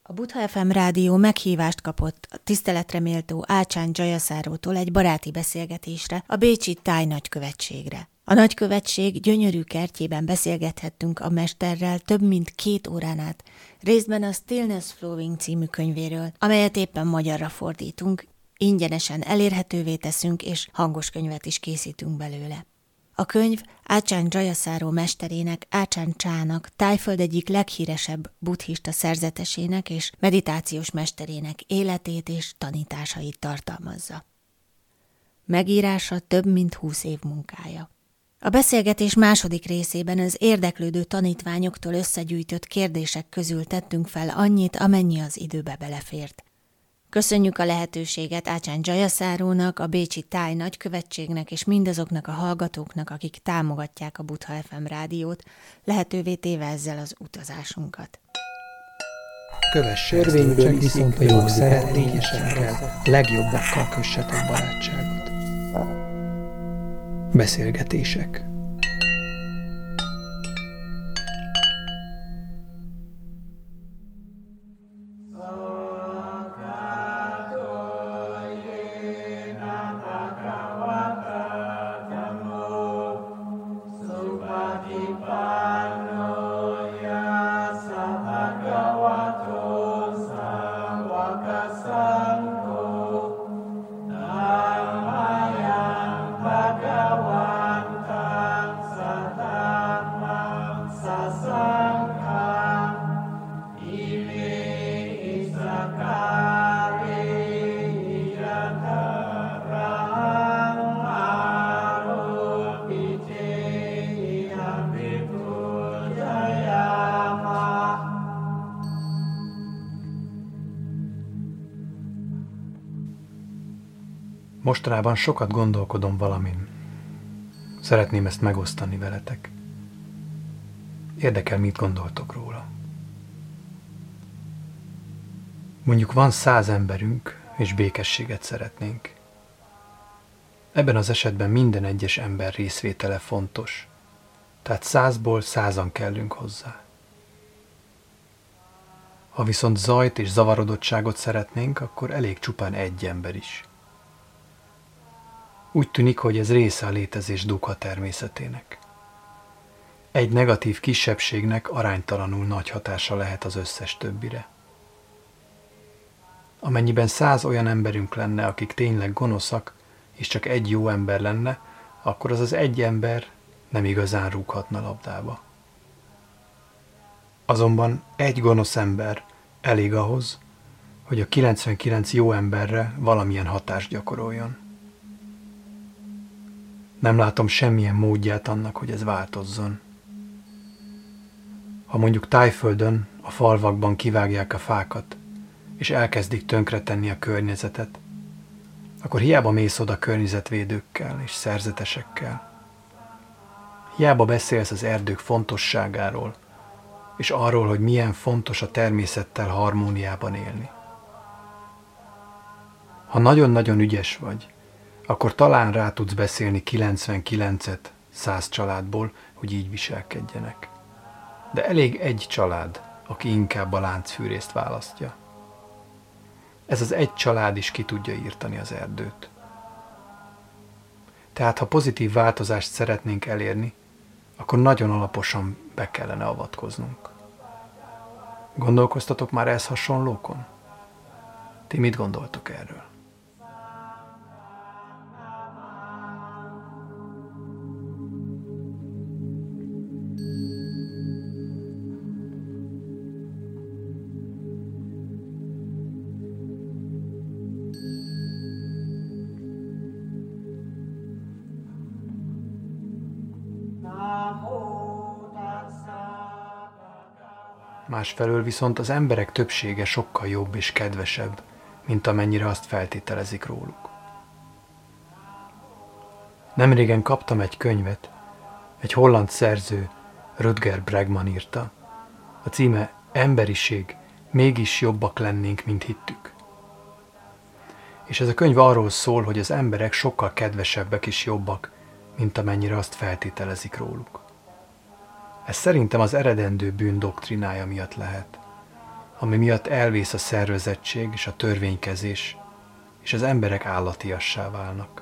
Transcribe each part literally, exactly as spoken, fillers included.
A Buddha ef em rádió meghívást kapott a tiszteletre méltó Ácsán Jayaszárótól egy baráti beszélgetésre a bécsi Thai nagykövetségre. A nagykövetség gyönyörű kertjében beszélgethettünk a mesterrel több mint két órán át, részben a Stillness Flowing című könyvéről, amelyet éppen magyarra fordítunk, ingyenesen elérhetővé teszünk, és hangos könyvet is készítünk belőle. A könyv Ácsán Jayaszáró mesterének, Ácsán Csának, Tájföld egyik leghíresebb buddhista szerzetesének és meditációs mesterének életét és tanításait tartalmazza. Megírása több mint húsz év munkája. A beszélgetés második részében az érdeklődő tanítványoktól összegyűjtött kérdések közül tettünk fel annyit, amennyi az időbe belefért. Köszönjük a lehetőséget Ácsán Jayaszárónak, a bécsi Thai nagykövetségnek és mindazoknak a hallgatóknak, akik támogatják a Buddha ef em rádiót, lehetővé téve ezzel az utazásunkat. Kövesse törvényből viszont a jók szeretnényesekkel, legjobbakkal kössetek barátságot. Beszélgetések. Mostanában sokat gondolkodom valamin. Szeretném ezt megosztani veletek. Érdekel, mit gondoltok róla. Mondjuk van száz emberünk, és békességet szeretnénk. Ebben az esetben minden egyes ember részvétele fontos, tehát százból százan kellünk hozzá. Ha viszont zajt és zavarodottságot szeretnénk, akkor elég csupán egy ember is. Úgy tűnik, hogy ez része a létezés dugha természetének. Egy negatív kisebbségnek aránytalanul nagy hatása lehet az összes többire. Amennyiben száz olyan emberünk lenne, akik tényleg gonoszak, és csak egy jó ember lenne, akkor az az egy ember nem igazán rúghatna labdába. Azonban egy gonosz ember elég ahhoz, hogy a kilencvenkilenc jó emberre valamilyen hatást gyakoroljon. Nem látom semmilyen módját annak, hogy ez változzon. Ha mondjuk Tájföldön, a falvakban kivágják a fákat, és elkezdik tönkretenni a környezetet, akkor hiába mész oda környezetvédőkkel és szerzetesekkel. Hiába beszélsz az erdők fontosságáról, és arról, hogy milyen fontos a természettel harmóniában élni. Ha nagyon-nagyon ügyes vagy, akkor talán rá tudsz beszélni kilencvenkilencet száz családból, hogy így viselkedjenek. De elég egy család, aki inkább a láncfűrészt választja. Ez az egy család is ki tudja írtani az erdőt. Tehát ha pozitív változást szeretnénk elérni, akkor nagyon alaposan be kellene avatkoznunk. Gondolkoztatok már ehhez hasonlókon? Ti mit gondoltok erről? Másfelől viszont az emberek többsége sokkal jobb és kedvesebb, mint amennyire azt feltételezik róluk. Nemrégen kaptam egy könyvet, egy holland szerző, Rutger Bregman írta. A címe Emberiség, mégis jobbak lennénk, mint hittük. És ez a könyv arról szól, hogy az emberek sokkal kedvesebbek és jobbak, mint amennyire azt feltételezik róluk. Ez szerintem az eredendő bűn doktrinája miatt lehet. ami miatt elvész a szervezettség és a törvénykezés, és az emberek állatiassá válnak.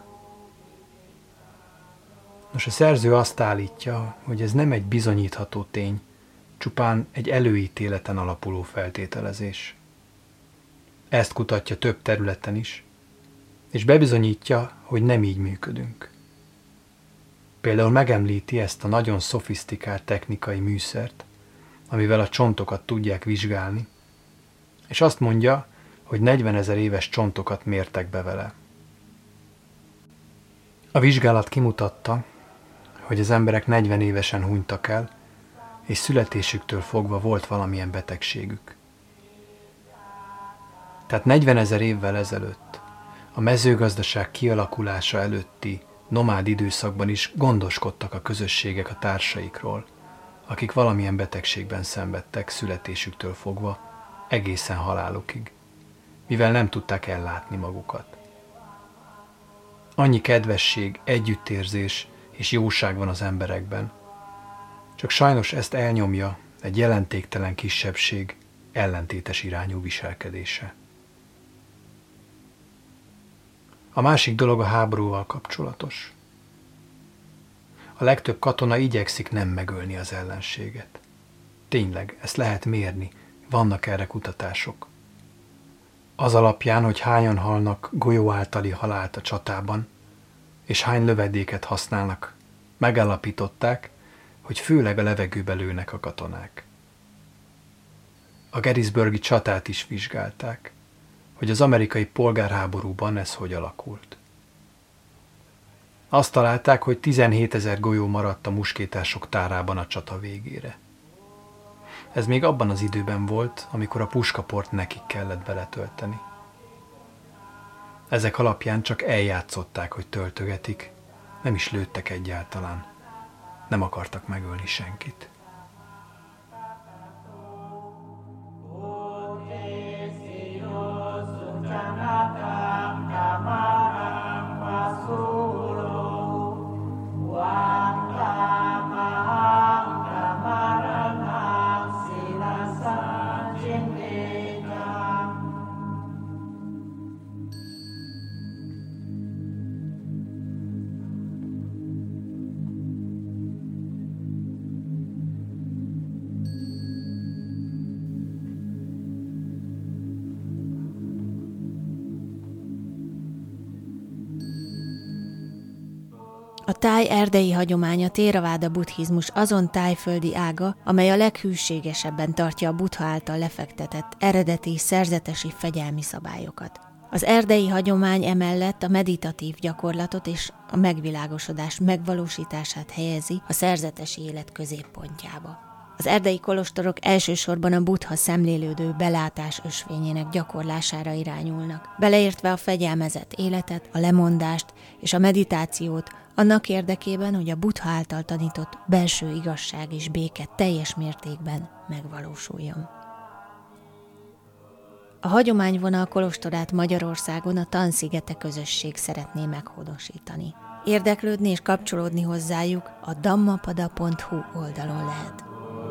Nos, a szerző azt állítja, hogy ez nem egy bizonyítható tény, csupán egy előítéleten alapuló feltételezés. Ezt kutatja több területen is, és bebizonyítja, hogy nem így működünk. Például megemlíti ezt a nagyon szofisztikált technikai műszert, amivel a csontokat tudják vizsgálni, és azt mondja, hogy negyvenezer éves csontokat mértek be vele. A vizsgálat kimutatta, hogy az emberek negyven évesen hunytak el, és születésüktől fogva volt valamilyen betegségük. Tehát negyvenezer évvel ezelőtt, a mezőgazdaság kialakulása előtti nomád időszakban is gondoskodtak a közösségek a társaikról, akik valamilyen betegségben szenvedtek születésüktől fogva egészen halálukig, mivel nem tudták ellátni magukat. Annyi kedvesség, együttérzés és jóság van az emberekben, csak sajnos ezt elnyomja egy jelentéktelen kisebbség ellentétes irányú viselkedése. A másik dolog a háborúval kapcsolatos. A legtöbb katona igyekszik nem megölni az ellenséget. Tényleg, ezt lehet mérni, vannak erre kutatások. Az alapján, hogy hányan halnak golyó általi halált a csatában, és hány lövedéket használnak, megállapították, hogy főleg a levegőbe lőnek a katonák. A Gettysburgi csatát is vizsgálták, hogy az amerikai polgárháborúban ez hogy alakult. Azt találták, hogy tizenhétezer golyó maradt a muskétások tárában a csata végére. Ez még abban az időben volt, amikor a puskaport nekik kellett beletölteni. Ezek alapján csak eljátszották, hogy töltögetik, nem is lőttek egyáltalán, nem akartak megölni senkit. A táj erdei hagyománya Théraváda buddhizmus azon tájföldi ága, amely a leghűségesebben tartja a Buddha által lefektetett eredeti szerzetesi fegyelmi szabályokat. Az erdei hagyomány emellett a meditatív gyakorlatot és a megvilágosodás megvalósítását helyezi a szerzetesi élet középpontjába. Az erdei kolostorok elsősorban a Buddha szemlélődő belátás ösvényének gyakorlására irányulnak, beleértve a fegyelmezett életet, a lemondást és a meditációt, annak érdekében, hogy a Buddha által tanított belső igazság és béke teljes mértékben megvalósuljon. A hagyományvonal kolostorát Magyarországon a Tan-szigete közösség szeretné meghódosítani. Érdeklődni és kapcsolódni hozzájuk a dhammapada pont hu oldalon lehet.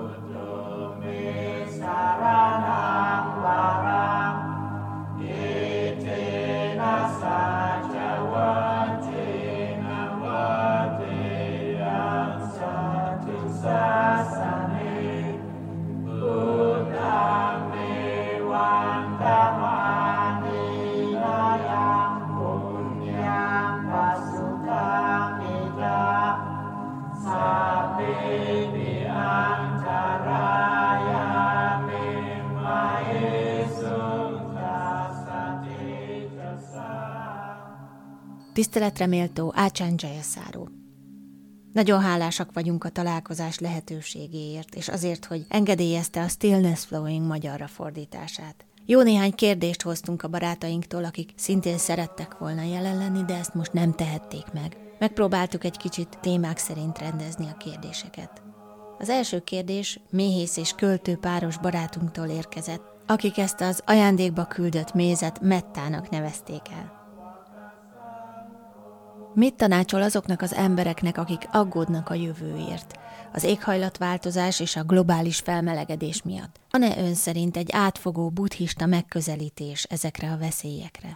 Tiszteletre méltó Ácsán Jayasaro. Nagyon hálásak vagyunk a találkozás lehetőségéért, és azért, hogy engedélyezte a Stillness Flowing magyarra fordítását. Jó néhány kérdést hoztunk a barátainktól, akik szintén szerettek volna jelen lenni, de ezt most nem tehették meg. Megpróbáltuk egy kicsit témák szerint rendezni a kérdéseket. Az első kérdés méhész és költő páros barátunktól érkezett, akik ezt az ajándékba küldött mézet mettának nevezték el. Mit tanácsol azoknak az embereknek, akik aggódnak a jövőért, az éghajlatváltozás és a globális felmelegedés miatt? Van-e ön szerint egy átfogó buddhista megközelítés ezekre a veszélyekre?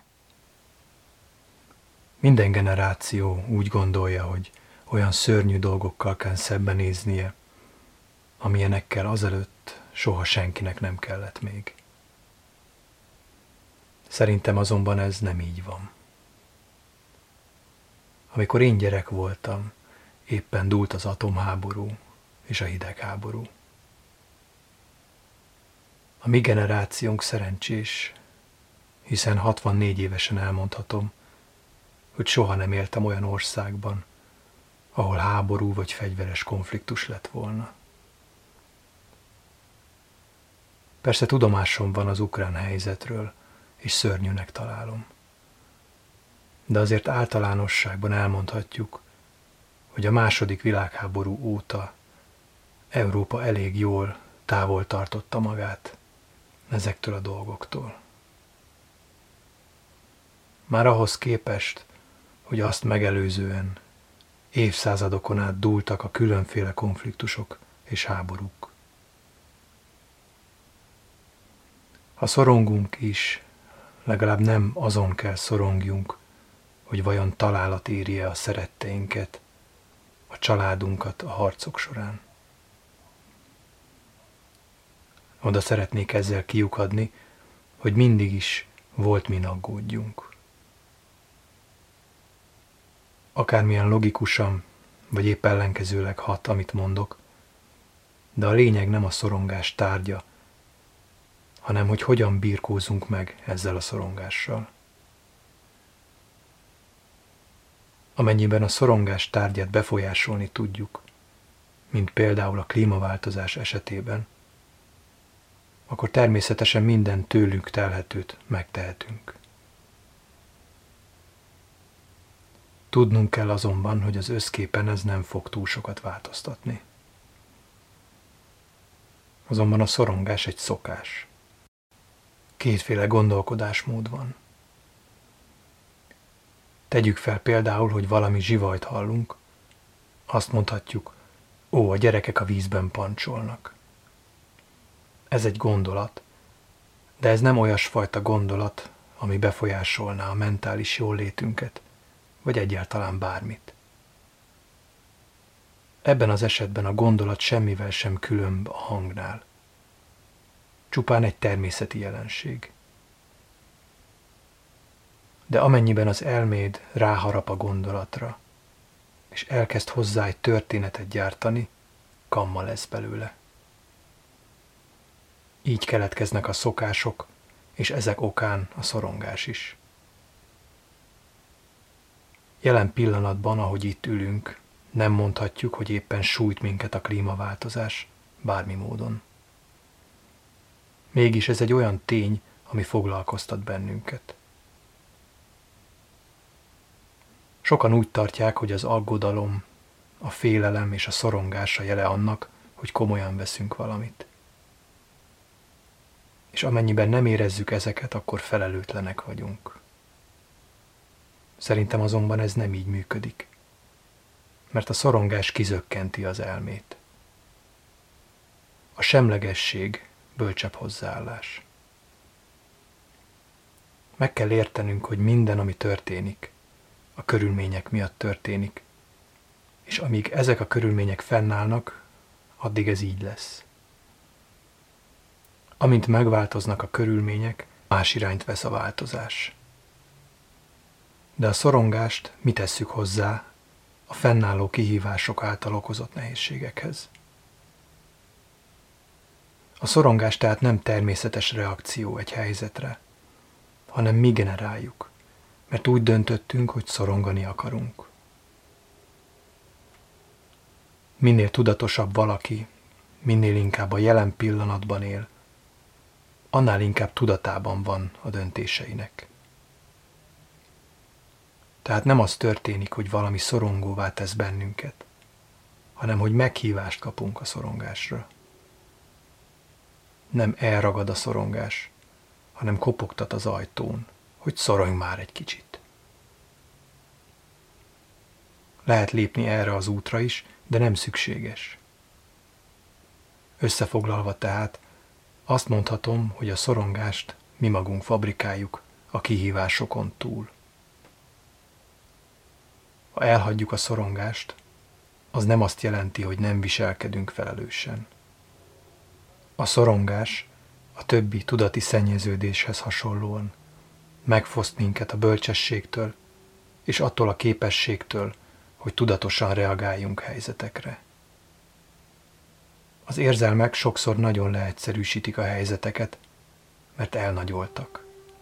Minden generáció úgy gondolja, hogy olyan szörnyű dolgokkal kell szembenéznie, amilyenekkel azelőtt soha senkinek nem kellett még. Szerintem azonban ez nem így van. Amikor én gyerek voltam, éppen dúlt az atomháború és a hidegháború. A mi generációnk szerencsés, hiszen hatvannégy évesen elmondhatom, hogy soha nem éltem olyan országban, ahol háború vagy fegyveres konfliktus lett volna. Persze tudomásom van az ukrán helyzetről, és szörnyűnek találom. De azért általánosságban elmondhatjuk, hogy a második világháború óta Európa elég jól távol tartotta magát ezektől a dolgoktól. Már ahhoz képest, hogy azt megelőzően évszázadokon át dúltak a különféle konfliktusok és háborúk. Ha szorongunk is, legalább nem azon kell szorongjunk, hogy vajon találat érje a szeretteinket, a családunkat a harcok során. Oda szeretnék ezzel kiukadni, hogy mindig is volt min aggódjunk. Akármilyen logikusan, vagy épp ellenkezőleg hat, amit mondok, de a lényeg nem a szorongás tárgya, hanem hogy hogyan birkózunk meg ezzel a szorongással. Amennyiben a szorongás tárgyát befolyásolni tudjuk, mint például a klímaváltozás esetében, akkor természetesen minden tőlünk telhetőt megtehetünk. Tudnunk kell azonban, hogy az összképen ez nem fog túl sokat változtatni. Azonban a szorongás egy szokás. Kétféle gondolkodásmód van. Tegyük fel például, hogy valami zsivajt hallunk, azt mondhatjuk, ó, a gyerekek a vízben pancsolnak. Ez egy gondolat, de ez nem olyasfajta gondolat, ami befolyásolná a mentális jólétünket, vagy egyáltalán bármit. Ebben az esetben a gondolat semmivel sem különb a hangnál. Csupán egy természeti jelenség. De amennyiben az elméd ráharap a gondolatra, és elkezd hozzá egy történetet gyártani, kamma lesz belőle. Így keletkeznek a szokások, és ezek okán a szorongás is. Jelen pillanatban, ahogy itt ülünk, nem mondhatjuk, hogy éppen sújt minket a klímaváltozás bármi módon. Mégis ez egy olyan tény, ami foglalkoztat bennünket. Sokan úgy tartják, hogy az aggodalom, a félelem és a szorongás a jele annak, hogy komolyan veszünk valamit. És amennyiben nem érezzük ezeket, akkor felelőtlenek vagyunk. Szerintem azonban ez nem így működik, mert a szorongás kizökkenti az elmét. A semlegesség bölcsebb hozzáállás. Meg kell értenünk, hogy minden, ami történik, a körülmények miatt történik, és amíg ezek a körülmények fennállnak, addig ez így lesz. Amint megváltoznak a körülmények, más irányt vesz a változás. De a szorongást mi tesszük hozzá a fennálló kihívások által okozott nehézségekhez? A szorongás tehát nem természetes reakció egy helyzetre, hanem mi generáljuk, mert úgy döntöttünk, hogy szorongani akarunk. Minél tudatosabb valaki, minél inkább a jelen pillanatban él, annál inkább tudatában van a döntéseinek. Tehát nem az történik, hogy valami szorongóvá tesz bennünket, hanem hogy meghívást kapunk a szorongásra. Nem elragad a szorongás, hanem kopogtat az ajtón, hogy szorongj már egy kicsit. Lehet lépni erre az útra is, de nem szükséges. Összefoglalva tehát, azt mondhatom, hogy a szorongást mi magunk fabrikáljuk a kihívásokon túl. Ha elhagyjuk a szorongást, az nem azt jelenti, hogy nem viselkedünk felelősen. A szorongás a többi tudati szennyeződéshez hasonlóan megfoszt minket a bölcsességtől és attól a képességtől, hogy tudatosan reagáljunk helyzetekre. Az érzelmek sokszor nagyon leegyszerűsítik a helyzeteket, mert elnagyoltak.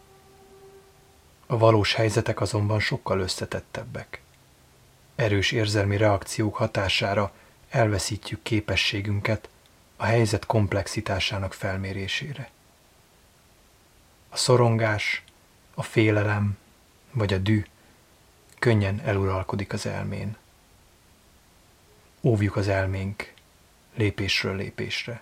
A valós helyzetek azonban sokkal összetettebbek. Erős érzelmi reakciók hatására elveszítjük képességünket a helyzet komplexitásának felmérésére. A szorongás, a félelem vagy a düh könnyen eluralkodik az elmén. Óvjuk az elménk lépésről lépésre.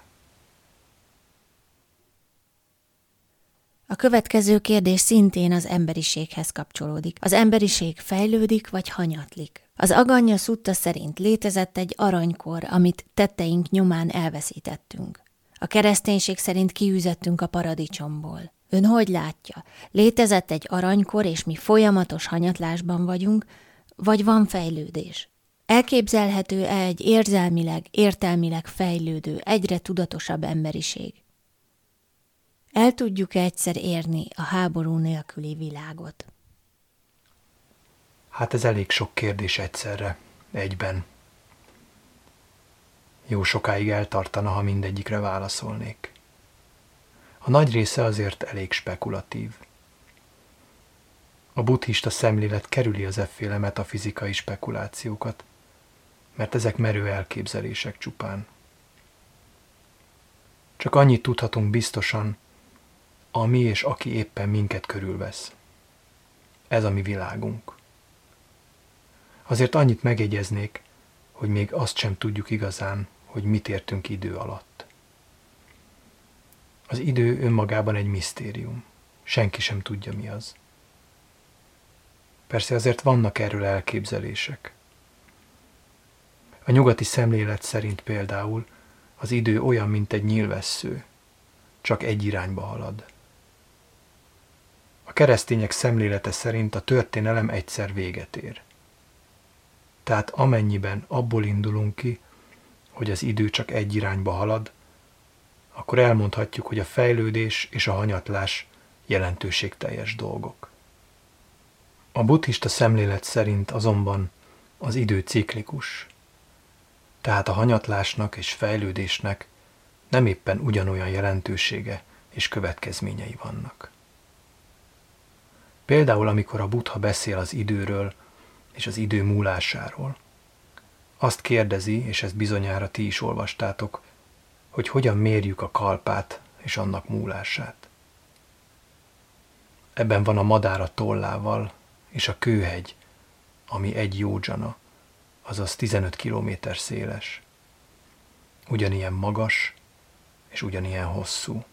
A következő kérdés szintén az emberiséghez kapcsolódik. Az emberiség fejlődik vagy hanyatlik? Az Aganya Szutta szerint létezett egy aranykor, amit tetteink nyomán elveszítettünk. A kereszténység szerint kiűzettünk a paradicsomból. Ön hogy látja? Létezett egy aranykor, és mi folyamatos hanyatlásban vagyunk, vagy van fejlődés? Elképzelhető-e egy érzelmileg, értelmileg fejlődő, egyre tudatosabb emberiség? El tudjuk egyszer érni a háború nélküli világot? Hát ez elég sok kérdés egyszerre, egyben. Jó sokáig eltartana, ha mindegyikre válaszolnék. A nagy része azért elég spekulatív. A buddhista szemlélet kerüli az efféle metafizikai spekulációkat, mert ezek merő elképzelések csupán. Csak annyit tudhatunk biztosan, ami és aki éppen minket körülvesz. Ez a mi világunk. Azért annyit megjegyeznék, hogy még azt sem tudjuk igazán, hogy mit értünk idő alatt. Az idő önmagában egy misztérium. Senki sem tudja, mi az. Persze azért vannak erről elképzelések. A nyugati szemlélet szerint például az idő olyan, mint egy nyílvessző, csak egy irányba halad. A keresztények szemlélete szerint a történelem egyszer véget ér. Tehát amennyiben abból indulunk ki, hogy az idő csak egy irányba halad, akkor elmondhatjuk, hogy a fejlődés és a hanyatlás jelentőségteljes dolgok. A buddhista szemlélet szerint azonban az idő ciklikus, tehát a hanyatlásnak és fejlődésnek nem éppen ugyanolyan jelentősége és következményei vannak. Például amikor a Buddha beszél az időről és az idő múlásáról, azt kérdezi, és ezt bizonyára ti is olvastátok, hogy hogyan mérjük a kalpát és annak múlását. Ebben van a madár a tollával, és a kőhegy, ami egy jódzsana, azaz tizenöt kilométer széles. Ugyanilyen magas, és ugyanilyen hosszú.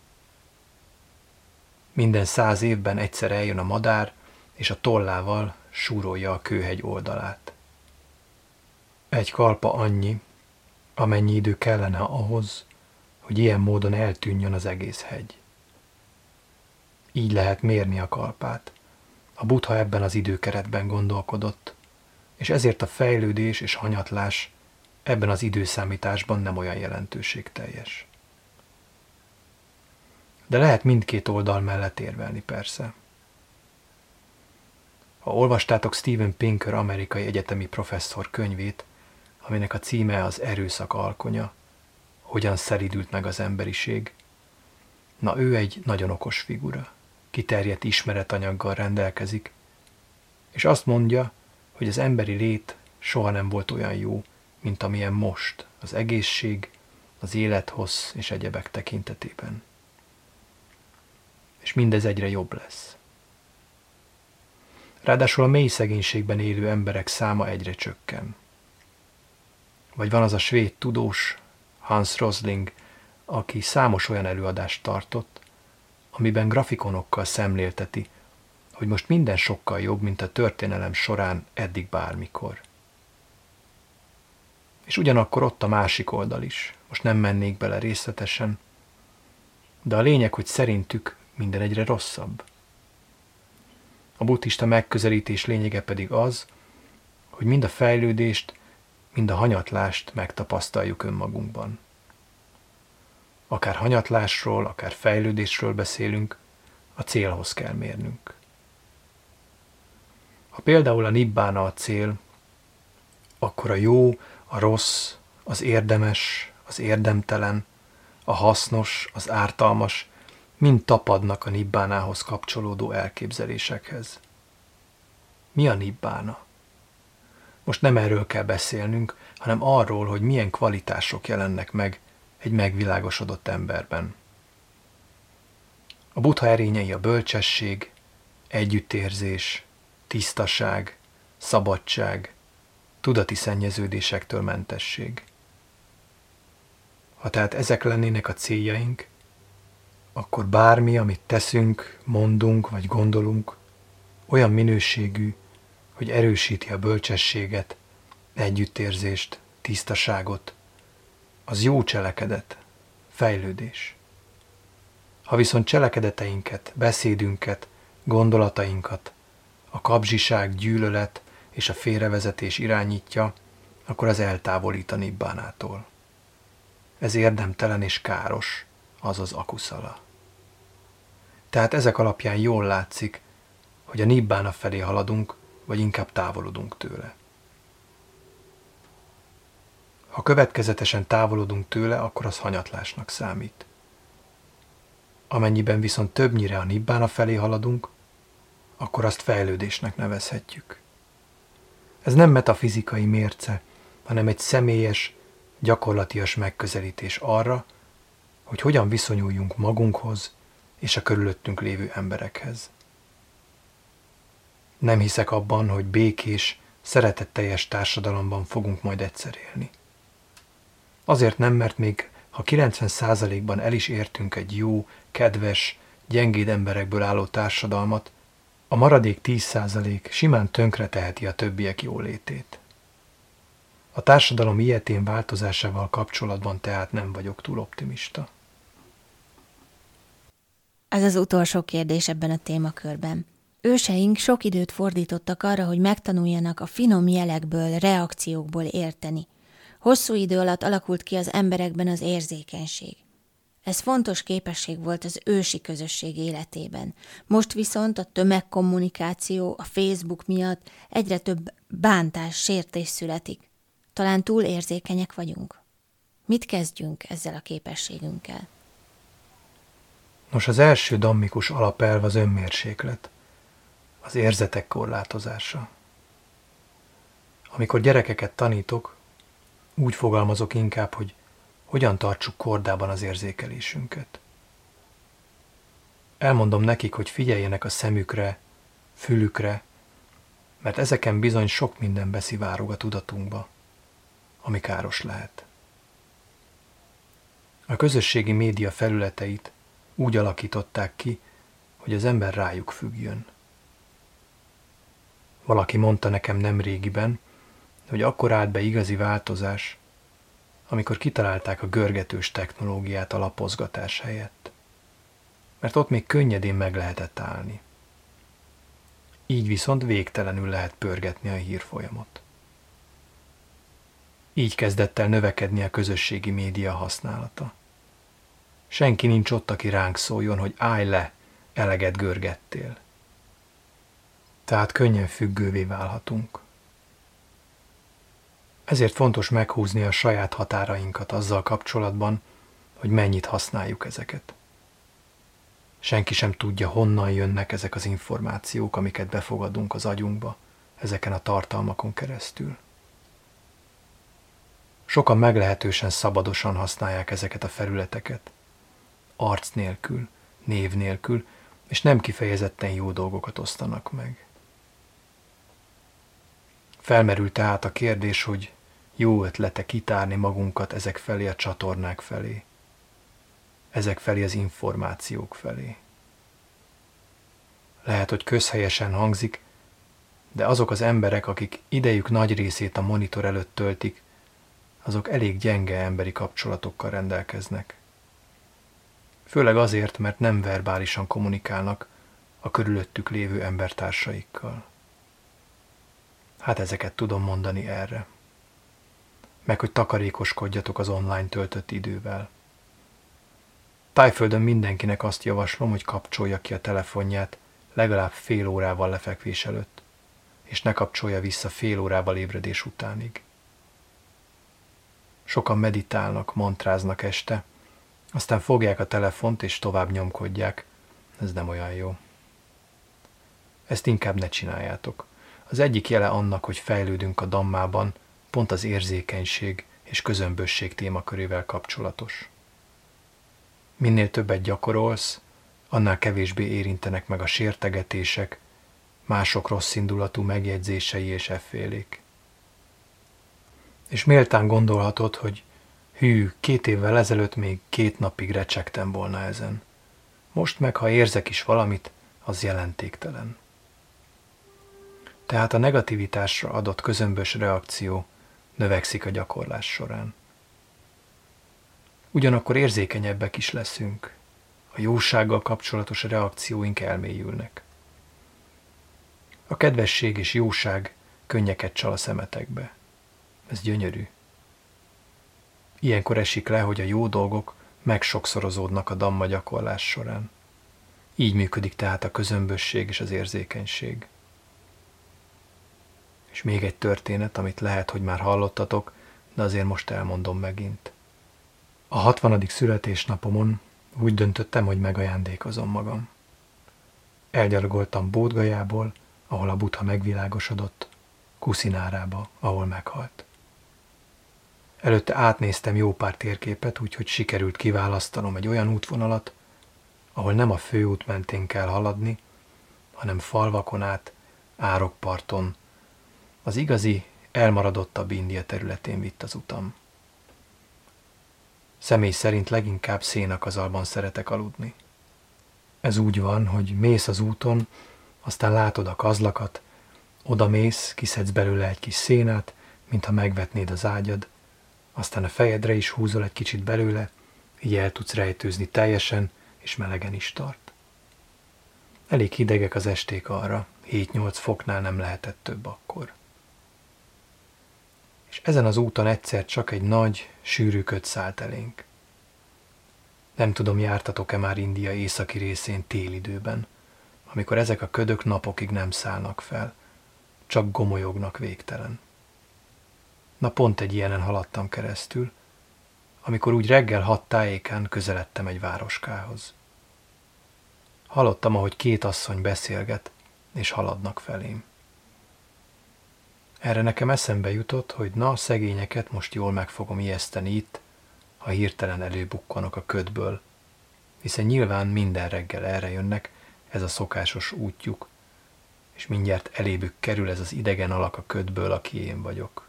Minden száz évben egyszer eljön a madár, és a tollával súrolja a kőhegy oldalát. Egy kalpa annyi, amennyi idő kellene ahhoz, hogy ilyen módon eltűnjön az egész hegy. Így lehet mérni a kalpát. A Buddha ebben az időkeretben gondolkodott, és ezért a fejlődés és hanyatlás ebben az időszámításban nem olyan jelentőségteljes. De lehet mindkét oldal mellett érvelni persze. Ha olvastátok Steven Pinker amerikai egyetemi professzor könyvét, aminek a címe az Erőszak alkonya, hogyan szelídült meg az emberiség, na ő egy nagyon okos figura, kiterjedt ismeretanyaggal rendelkezik, és azt mondja, hogy az emberi lét soha nem volt olyan jó, mint amilyen most az egészség, az élethossz és egyebek tekintetében. És mindez egyre jobb lesz. Ráadásul a mély szegénységben élő emberek száma egyre csökken. Vagy van az a svéd tudós, Hans Rosling, aki számos olyan előadást tartott, amiben grafikonokkal szemlélteti, hogy most minden sokkal jobb, mint a történelem során eddig bármikor. És ugyanakkor ott a másik oldal is. Most nem mennék bele részletesen, de a lényeg, hogy szerintük minden egyre rosszabb. A buddhista megközelítés lényege pedig az, hogy mind a fejlődést, mind a hanyatlást megtapasztaljuk önmagunkban. Akár hanyatlásról, akár fejlődésről beszélünk, a célhoz kell mérnünk. Ha például a nibbána a cél, akkor a jó, a rossz, az érdemes, az érdemtelen, a hasznos, az ártalmas mind tapadnak a nibbánához kapcsolódó elképzelésekhez. Mi a nibbána? Most nem erről kell beszélnünk, hanem arról, hogy milyen kvalitások jelennek meg egy megvilágosodott emberben. A Buddha erényei a bölcsesség, együttérzés, tisztaság, szabadság, tudati szennyeződésektől mentesség. Ha tehát ezek lennének a céljaink, akkor bármi, amit teszünk, mondunk vagy gondolunk, olyan minőségű, hogy erősíti a bölcsességet, együttérzést, tisztaságot, az jó cselekedet, fejlődés. Ha viszont cselekedeteinket, beszédünket, gondolatainkat a kapzsiság, gyűlölet és a félrevezetés irányítja, akkor az eltávolít a nibbánától. Ez érdemtelen és káros, azaz akuszala. Tehát ezek alapján jól látszik, hogy a nibbána felé haladunk, vagy inkább távolodunk tőle. Ha következetesen távolodunk tőle, akkor az hanyatlásnak számít. Amennyiben viszont többnyire a nibbána felé haladunk, akkor azt fejlődésnek nevezhetjük. Ez nem metafizikai mérce, hanem egy személyes, gyakorlatias megközelítés arra, hogy hogyan viszonyuljunk magunkhoz és a körülöttünk lévő emberekhez. Nem hiszek abban, hogy békés, szeretetteljes társadalomban fogunk majd egyszer élni. Azért nem, mert még ha kilencven százalékban el is értünk egy jó, kedves, gyengéd emberekből álló társadalmat, a maradék tíz százalék simán tönkreteheti a többiek jólétét. A társadalom ilyetén változásával kapcsolatban tehát nem vagyok túl optimista. Ez az utolsó kérdés ebben a témakörben. Őseink sok időt fordítottak arra, hogy megtanuljanak a finom jelekből, reakciókból érteni. Hosszú idő alatt alakult ki az emberekben az érzékenység. Ez fontos képesség volt az ősi közösség életében. Most viszont a tömegkommunikáció, a Facebook miatt egyre több bántás, sértés születik. Talán túl érzékenyek vagyunk. Mit kezdjünk ezzel a képességünkkel? Nos, az első dammikus alapelv az önmérséklet, az érzetek korlátozása. Amikor gyerekeket tanítok, úgy fogalmazok inkább, hogy hogyan tartsuk kordában az érzékelésünket. Elmondom nekik, hogy figyeljenek a szemükre, fülükre, mert ezeken bizony sok minden beszivárog a tudatunkba, ami káros lehet. A közösségi média felületeit úgy alakították ki, hogy az ember rájuk függjön. Valaki mondta nekem nemrégiben, hogy akkor állt be igazi változás, amikor kitalálták a görgetős technológiát a lapozgatás helyett. Mert ott még könnyedén meg lehetett állni. Így viszont végtelenül lehet pörgetni a hírfolyamot. Így kezdett el növekedni a közösségi média használata. Senki nincs ott, aki ránk szóljon, hogy állj le, eleget görgettél. Tehát könnyen függővé válhatunk. Ezért fontos meghúzni a saját határainkat azzal kapcsolatban, hogy mennyit használjuk ezeket. Senki sem tudja, honnan jönnek ezek az információk, amiket befogadunk az agyunkba, ezeken a tartalmakon keresztül. Sokan meglehetősen szabadosan használják ezeket a felületeket, arc nélkül, név nélkül, és nem kifejezetten jó dolgokat osztanak meg. Felmerül tehát a kérdés, hogy jó ötlete kitárni magunkat ezek felé a csatornák felé, ezek felé az információk felé. Lehet, hogy közhelyesen hangzik, de azok az emberek, akik idejük nagy részét a monitor előtt töltik, azok elég gyenge emberi kapcsolatokkal rendelkeznek. Főleg azért, mert nem verbálisan kommunikálnak a körülöttük lévő embertársaikkal. Hát ezeket tudom mondani erre. Meg hogy takarékoskodjatok az online töltött idővel. Tájföldön mindenkinek azt javaslom, hogy kapcsolja ki a telefonját legalább fél órával lefekvés előtt, és ne kapcsolja vissza fél órával ébredés utánig. Sokan meditálnak, mantráznak este, aztán fogják a telefont és tovább nyomkodják. Ez nem olyan jó. Ezt inkább ne csináljátok. Az egyik jele annak, hogy fejlődünk a dammában, pont az érzékenység és közömbösség témakörével kapcsolatos. Minél többet gyakorolsz, annál kevésbé érintenek meg a sértegetések, mások rosszindulatú megjegyzései és effélék. És méltán gondolhatod, hogy hű, két évvel ezelőtt még két napig recsegtem volna ezen. Most meg, ha érzek is valamit, az jelentéktelen. Tehát a negativitásra adott közömbös reakció növekszik a gyakorlás során. Ugyanakkor érzékenyebbek is leszünk, a jósággal kapcsolatos reakcióink elmélyülnek. A kedvesség és jóság könnyeket csal a szemetekbe. Ez gyönyörű. Ilyenkor esik le, hogy a jó dolgok megsokszorozódnak a damma gyakorlás során. Így működik tehát a közömbösség és az érzékenység. És még egy történet, amit lehet, hogy már hallottatok, de azért most elmondom megint. A hatvanadik születésnapomon úgy döntöttem, hogy megajándékozom magam. Elgyalogoltam Bódgajából, ahol a Buddha megvilágosodott, Kuszinárába, ahol meghalt. Előtte átnéztem jó pár térképet, úgyhogy sikerült kiválasztanom egy olyan útvonalat, ahol nem a főút mentén kell haladni, hanem falvakon át, árokparton, az igazi, elmaradottabb India területén vitt az utam. Személy szerint leginkább szénakazalban szeretek aludni. Ez úgy van, hogy mész az úton, aztán látod a kazlakat, oda mész, kiszedsz belőle egy kis szénát, mintha megvetnéd az ágyad, aztán a fejedre is húzol egy kicsit belőle, így el tudsz rejtőzni teljesen, és melegen is tart. Elég hidegek az esték arra, hét-nyolc foknál nem lehetett több akkor. És ezen az úton egyszer csak egy nagy, sűrű köd szállt elénk. Nem tudom, jártatok-e már India északi részén télidőben, amikor ezek a ködök napokig nem szállnak fel, csak gomolyognak végtelen. Na pont egy ilyenen haladtam keresztül, amikor úgy reggel hat tájékán közeledtem egy városkához. Hallottam, ahogy két asszony beszélget, és haladnak felém. Erre nekem eszembe jutott, hogy na, szegényeket most jól meg fogom ijeszteni itt, ha hirtelen előbukkanok a ködből, hiszen nyilván minden reggel erre jönnek, ez a szokásos útjuk, és mindjárt elébük kerül ez az idegen alak a ködből, aki én vagyok.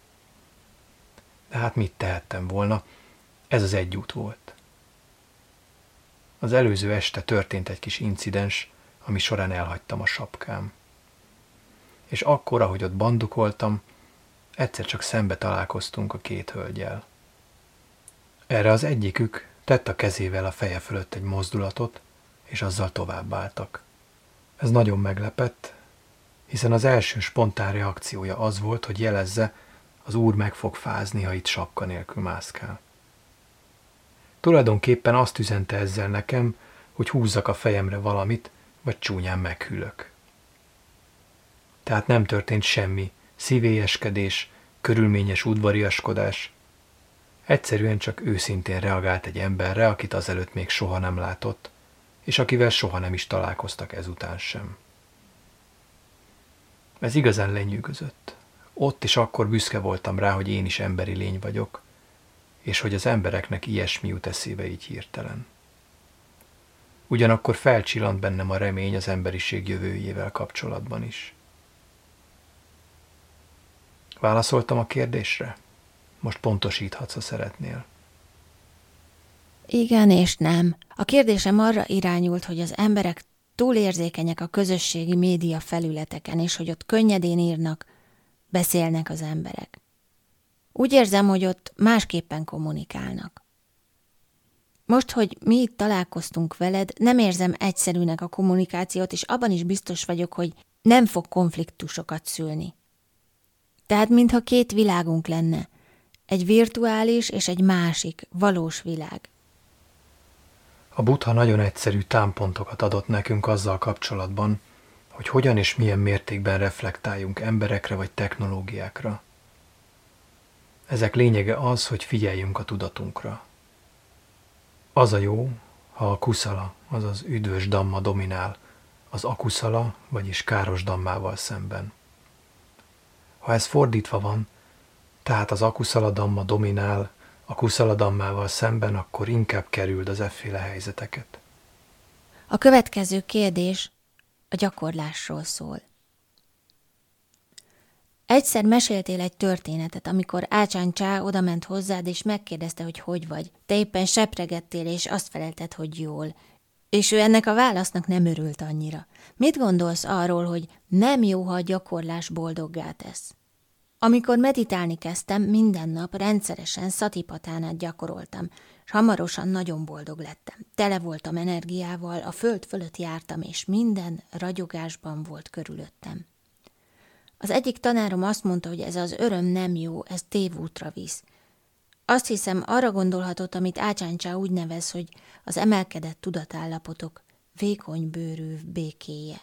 De hát mit tehettem volna? Ez az egy út volt. Az előző este történt egy kis incidens, ami során elhagytam a sapkám. És akkor, ahogy ott bandukoltam, egyszer csak szembe találkoztunk a két hölgyel. Erre az egyikük tett a kezével a feje fölött egy mozdulatot, és azzal továbbáltak. Ez nagyon meglepett, hiszen az első spontán reakciója az volt, hogy jelezze, az úr meg fog fázni, ha itt sapka nélkül mászkál. Tulajdonképpen azt üzente ezzel nekem, hogy húzzak a fejemre valamit, vagy csúnyán meghűlök. Tehát nem történt semmi, szívélyeskedés, körülményes udvariaskodás. Egyszerűen csak őszintén reagált egy emberre, akit azelőtt még soha nem látott, és akivel soha nem is találkoztak ezután sem. Ez igazán lenyűgözött. Ott és akkor büszke voltam rá, hogy én is emberi lény vagyok, és hogy az embereknek ilyesmi jut eszébe így hirtelen. Ugyanakkor felcsillant bennem a remény az emberiség jövőjével kapcsolatban is. Válaszoltam a kérdésre? Most pontosíthatsz, ha szeretnél. Igen és nem. A kérdésem arra irányult, hogy az emberek túlérzékenyek a közösségi média felületeken, és hogy ott könnyedén írnak, beszélnek az emberek. Úgy érzem, hogy ott másképpen kommunikálnak. Most, hogy mi itt találkoztunk veled, nem érzem egyszerűnek a kommunikációt, és abban is biztos vagyok, hogy nem fog konfliktusokat szülni. Tehát mintha két világunk lenne, egy virtuális és egy másik, valós világ. A Buddha nagyon egyszerű támpontokat adott nekünk azzal kapcsolatban, hogy hogyan és milyen mértékben reflektáljunk emberekre vagy technológiákra. Ezek lényege az, hogy figyeljünk a tudatunkra. Az a jó, ha a kuszala, azaz üdvös damma dominál az akuszala, vagyis káros dammával szemben. Ha ez fordítva van, tehát az akuszala damma dominál a kuszala dammával szemben, akkor inkább kerüld az efféle helyzeteket. A következő kérdés a gyakorlásról szól. Egyszer meséltél egy történetet, amikor Ácsán Csá odament hozzád, és megkérdezte, hogy hogy vagy. Te éppen sepregettél, és azt felelted, hogy jól. És ő ennek a válasznak nem örült annyira. Mit gondolsz arról, hogy nem jó, ha a gyakorlás boldoggá tesz? Amikor meditálni kezdtem, minden nap rendszeresen Satipatánát gyakoroltam, és hamarosan nagyon boldog lettem. Tele voltam energiával, a föld fölött jártam, és minden ragyogásban volt körülöttem. Az egyik tanárom azt mondta, hogy ez az öröm nem jó, ez tévútra visz. Azt hiszem, arra gondolhatott, amit Ácsán Csá úgy nevez, hogy az emelkedett tudatállapotok vékony bőrű békéje.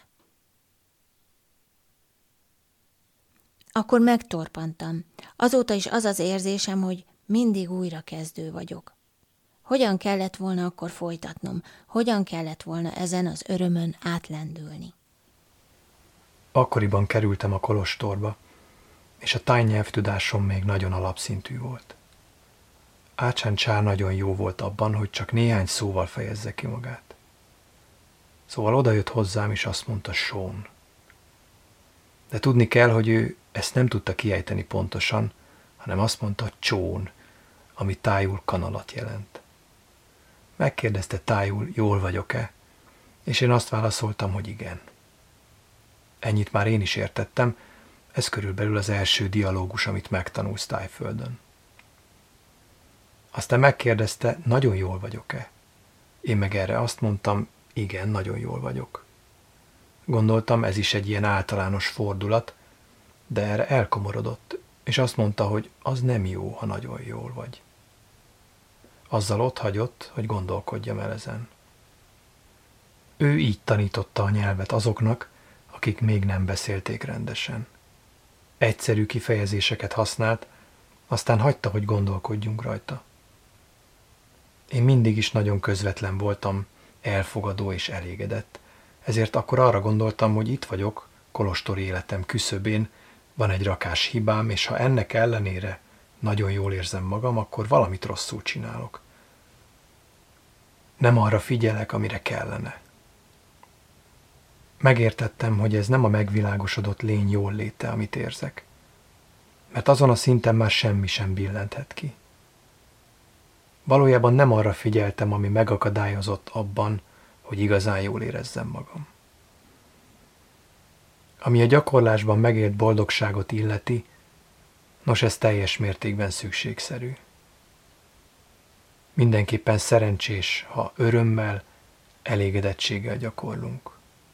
Akkor megtorpantam. Azóta is az az érzésem, hogy mindig újra kezdő vagyok. Hogyan kellett volna akkor folytatnom? Hogyan kellett volna ezen az örömön átlendülni? Akkoriban kerültem a kolostorba, és a táj nyelvtudásom még nagyon alapszintű volt. Ácsán Csá nagyon jó volt abban, hogy csak néhány szóval fejezze ki magát. Szóval odajött hozzám, és azt mondta Són. De tudni kell, hogy ő ezt nem tudta kiejteni pontosan, hanem azt mondta Csón, ami tájul kanalat jelent. Megkérdezte tájul, jól vagyok-e, és én azt válaszoltam, hogy igen. Ennyit már én is értettem, ez körülbelül az első dialógus, amit megtanulsz Tájföldön. Aztán megkérdezte, nagyon jól vagyok-e? Én meg erre azt mondtam, igen, nagyon jól vagyok. Gondoltam, ez is egy ilyen általános fordulat, de erre elkomorodott, és azt mondta, hogy az nem jó, ha nagyon jól vagy. Azzal ott hagyott, hogy gondolkodjam el ezen. Ő így tanította a nyelvet azoknak, akik még nem beszélték rendesen. Egyszerű kifejezéseket használt, aztán hagyta, hogy gondolkodjunk rajta. Én mindig is nagyon közvetlen voltam, elfogadó és elégedett, ezért akkor arra gondoltam, hogy itt vagyok, kolostori életem küszöbén, van egy rakás hibám, és ha ennek ellenére nagyon jól érzem magam, akkor valamit rosszul csinálok. Nem arra figyelek, amire kellene. Megértettem, hogy ez nem a megvilágosodott lény jól léte, amit érzek, mert azon a szinten már semmi sem billenthet ki. Valójában nem arra figyeltem, ami megakadályozott abban, hogy igazán jól érezzem magam. Ami a gyakorlásban megélt boldogságot illeti, nos, ez teljes mértékben szükségszerű. Mindenképpen szerencsés, ha örömmel, elégedettséggel gyakorlunk.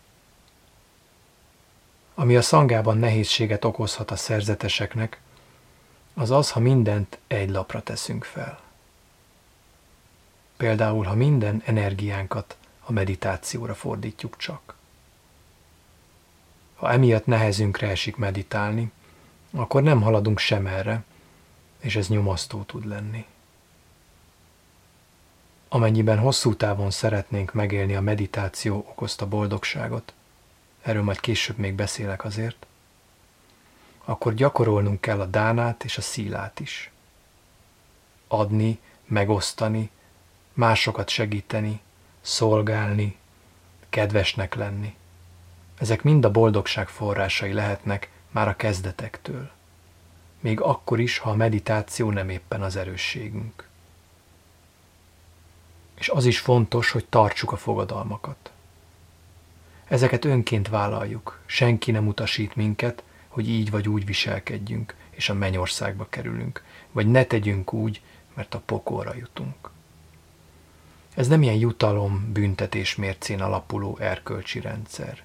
Ami a szangában nehézséget okozhat a szerzeteseknek, az az, ha mindent egy lapra teszünk fel. Például, ha minden energiánkat a meditációra fordítjuk csak. Ha emiatt nehezünkre esik meditálni, akkor nem haladunk sem erre, és ez nyomasztó tud lenni. Amennyiben hosszú távon szeretnénk megélni a meditáció okozta boldogságot, erről majd később még beszélek azért, akkor gyakorolnunk kell a dánát és a szílát is. Adni, megosztani, másokat segíteni, szolgálni, kedvesnek lenni. Ezek mind a boldogság forrásai lehetnek már a kezdetektől. Még akkor is, ha a meditáció nem éppen az erősségünk. És az is fontos, hogy tartsuk a fogadalmakat. Ezeket önként vállaljuk, senki nem utasít minket, hogy így vagy úgy viselkedjünk, és a mennyországba kerülünk, vagy ne tegyünk úgy, mert a pokolra jutunk. Ez nem ilyen jutalom, büntetés mércén alapuló erkölcsi rendszer.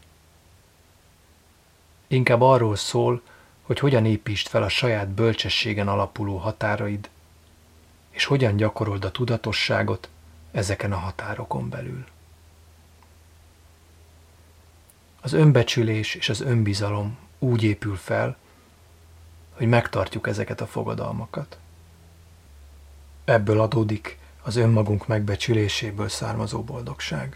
Inkább arról szól, hogy hogyan építsd fel a saját bölcsességen alapuló határaid, és hogyan gyakorold a tudatosságot ezeken a határokon belül. Az önbecsülés és az önbizalom úgy épül fel, hogy megtartjuk ezeket a fogadalmakat. Ebből adódik az önmagunk megbecsüléséből származó boldogság.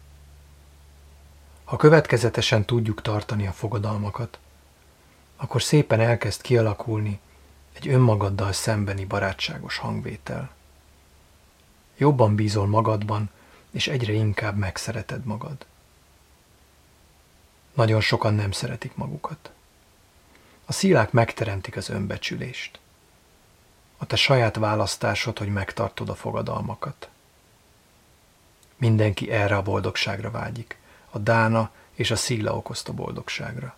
Ha következetesen tudjuk tartani a fogadalmakat, akkor szépen elkezd kialakulni egy önmagaddal szembeni barátságos hangvétel. Jobban bízol magadban, és egyre inkább megszereted magad. Nagyon sokan nem szeretik magukat. A szílák megteremtik az önbecsülést. A te saját választásod, hogy megtartod a fogadalmakat. Mindenki erre a boldogságra vágyik, a dána és a szíla okozta boldogságra.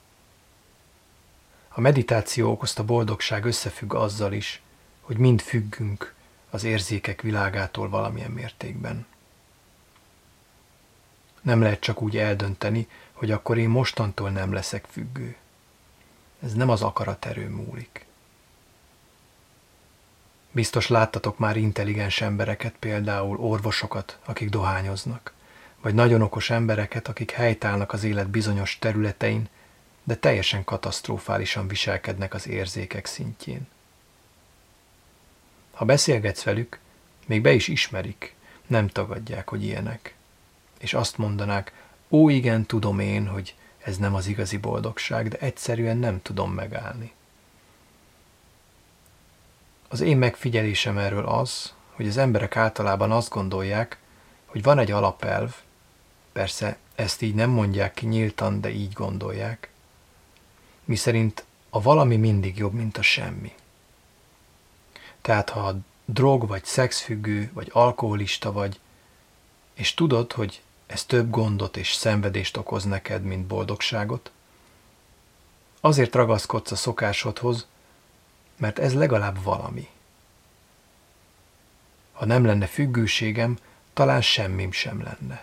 A meditáció okozta boldogság összefügg azzal is, hogy mind függünk az érzékek világától valamilyen mértékben. Nem lehet csak úgy eldönteni, hogy akkor én mostantól nem leszek függő. Ez nem az akaraterőn múlik. Biztos láttatok már intelligens embereket, például orvosokat, akik dohányoznak, vagy nagyon okos embereket, akik helytállnak az élet bizonyos területein, de teljesen katasztrofálisan viselkednek az érzékek szintjén. Ha beszélgetsz velük, még be is ismerik, nem tagadják, hogy ilyenek. És azt mondanák, ó igen, tudom én, hogy ez nem az igazi boldogság, de egyszerűen nem tudom megállni. Az én megfigyelésem erről az, hogy az emberek általában azt gondolják, hogy van egy alapelv, persze ezt így nem mondják ki nyíltan, de így gondolják, miszerint a valami mindig jobb, mint a semmi. Tehát ha drog vagy szexfüggő, vagy alkoholista vagy, és tudod, hogy ez több gondot és szenvedést okoz neked, mint boldogságot, azért ragaszkodsz a szokásodhoz, mert ez legalább valami. Ha nem lenne függőségem, talán semmim sem lenne.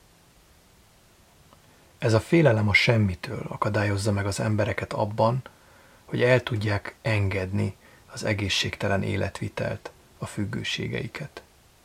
Ez a félelem a semmitől akadályozza meg az embereket abban, hogy el tudják engedni az egészségtelen életvitelt, a függőségeiket.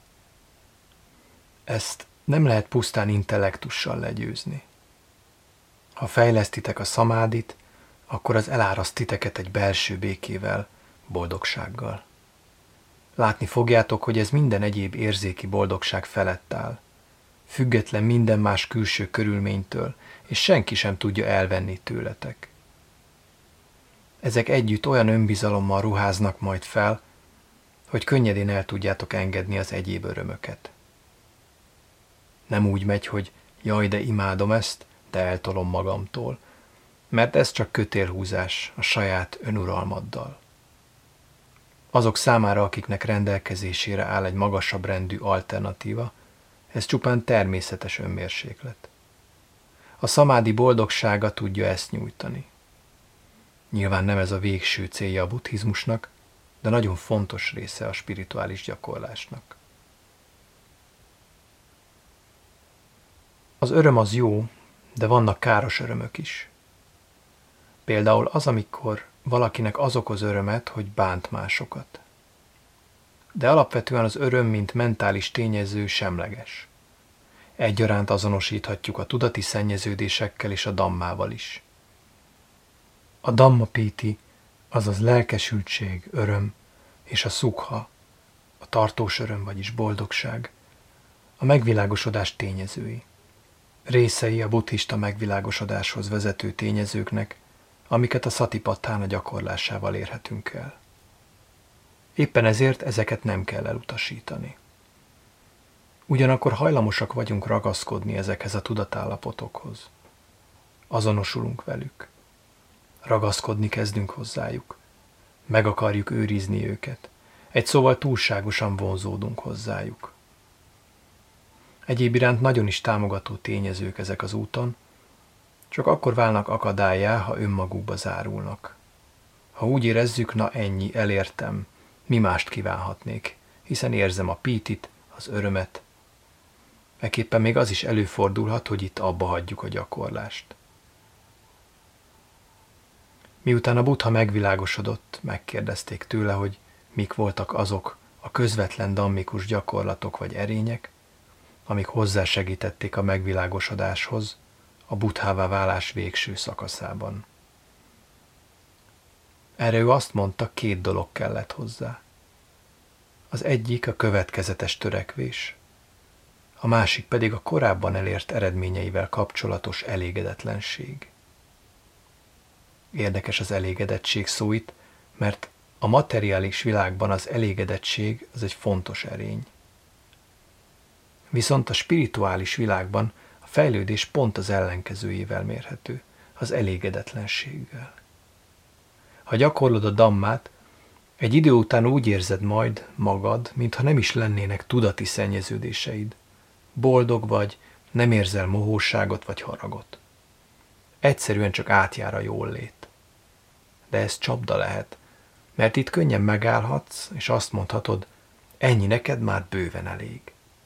Ezt nem lehet pusztán intellektussal legyőzni. Ha fejlesztitek a szamádit, akkor az eláraszt titeket egy belső békével, boldogsággal. Látni fogjátok, hogy ez minden egyéb érzéki boldogság felett áll, független minden más külső körülménytől, és senki sem tudja elvenni tőletek. Ezek együtt olyan önbizalommal ruháznak majd fel, hogy könnyedén el tudjátok engedni az egyéb örömöket. Nem úgy megy, hogy jaj, de imádom ezt, de eltolom magamtól, mert ez csak kötélhúzás a saját önuralmaddal. Azok számára, akiknek rendelkezésére áll egy magasabb rendű alternatíva, ez csupán természetes önmérséklet. A szamádi boldogsága tudja ezt nyújtani. Nyilván nem ez a végső célja a buddhizmusnak, de nagyon fontos része a spirituális gyakorlásnak. Az öröm az jó, de vannak káros örömök is. Például az, amikor valakinek az okoz örömet, hogy bánt másokat. De alapvetően az öröm, mint mentális tényező semleges. Egyaránt azonosíthatjuk a tudati szennyeződésekkel és a dammával is. A dammapíti, azaz lelkesültség, öröm, és a szukha, a tartós öröm, vagyis boldogság, a megvilágosodás tényezői. Részei a buddhista megvilágosodáshoz vezető tényezőknek, amiket a szatipatthana gyakorlásával érhetünk el. Éppen ezért ezeket nem kell elutasítani. Ugyanakkor hajlamosak vagyunk ragaszkodni ezekhez a tudatállapotokhoz. Azonosulunk velük. Ragaszkodni kezdünk hozzájuk. Meg akarjuk őrizni őket. Egy szóval túlságosan vonzódunk hozzájuk. Egyéb iránt nagyon is támogató tényezők ezek az úton, csak akkor válnak akadállyá, ha önmagukba zárulnak. Ha úgy érezzük, na ennyi, elértem, mi mást kívánhatnék, hiszen érzem a pítit, az örömet. Ekképpen még az is előfordulhat, hogy itt abba hagyjuk a gyakorlást. Miután a Buddha megvilágosodott, megkérdezték tőle, hogy mik voltak azok a közvetlen dammikus gyakorlatok vagy erények, amik hozzásegítették a megvilágosodáshoz a buddhává válás végső szakaszában. Erre ő azt mondta, két dolog kellett hozzá. Az egyik a következetes törekvés, a másik pedig a korábban elért eredményeivel kapcsolatos elégedetlenség. Érdekes az elégedettség szó itt, mert a materiális világban az elégedettség az egy fontos erény. Viszont a spirituális világban a fejlődés pont az ellenkezőjével mérhető, az elégedetlenséggel. Ha gyakorlod a dammát, egy idő után úgy érzed majd magad, mintha nem is lennének tudati szennyeződéseid. Boldog vagy, nem érzel mohóságot vagy haragot. Egyszerűen csak átjár a jólét. De ez csapda lehet, mert itt könnyen megállhatsz, és azt mondhatod, ennyi neked már bőven elég.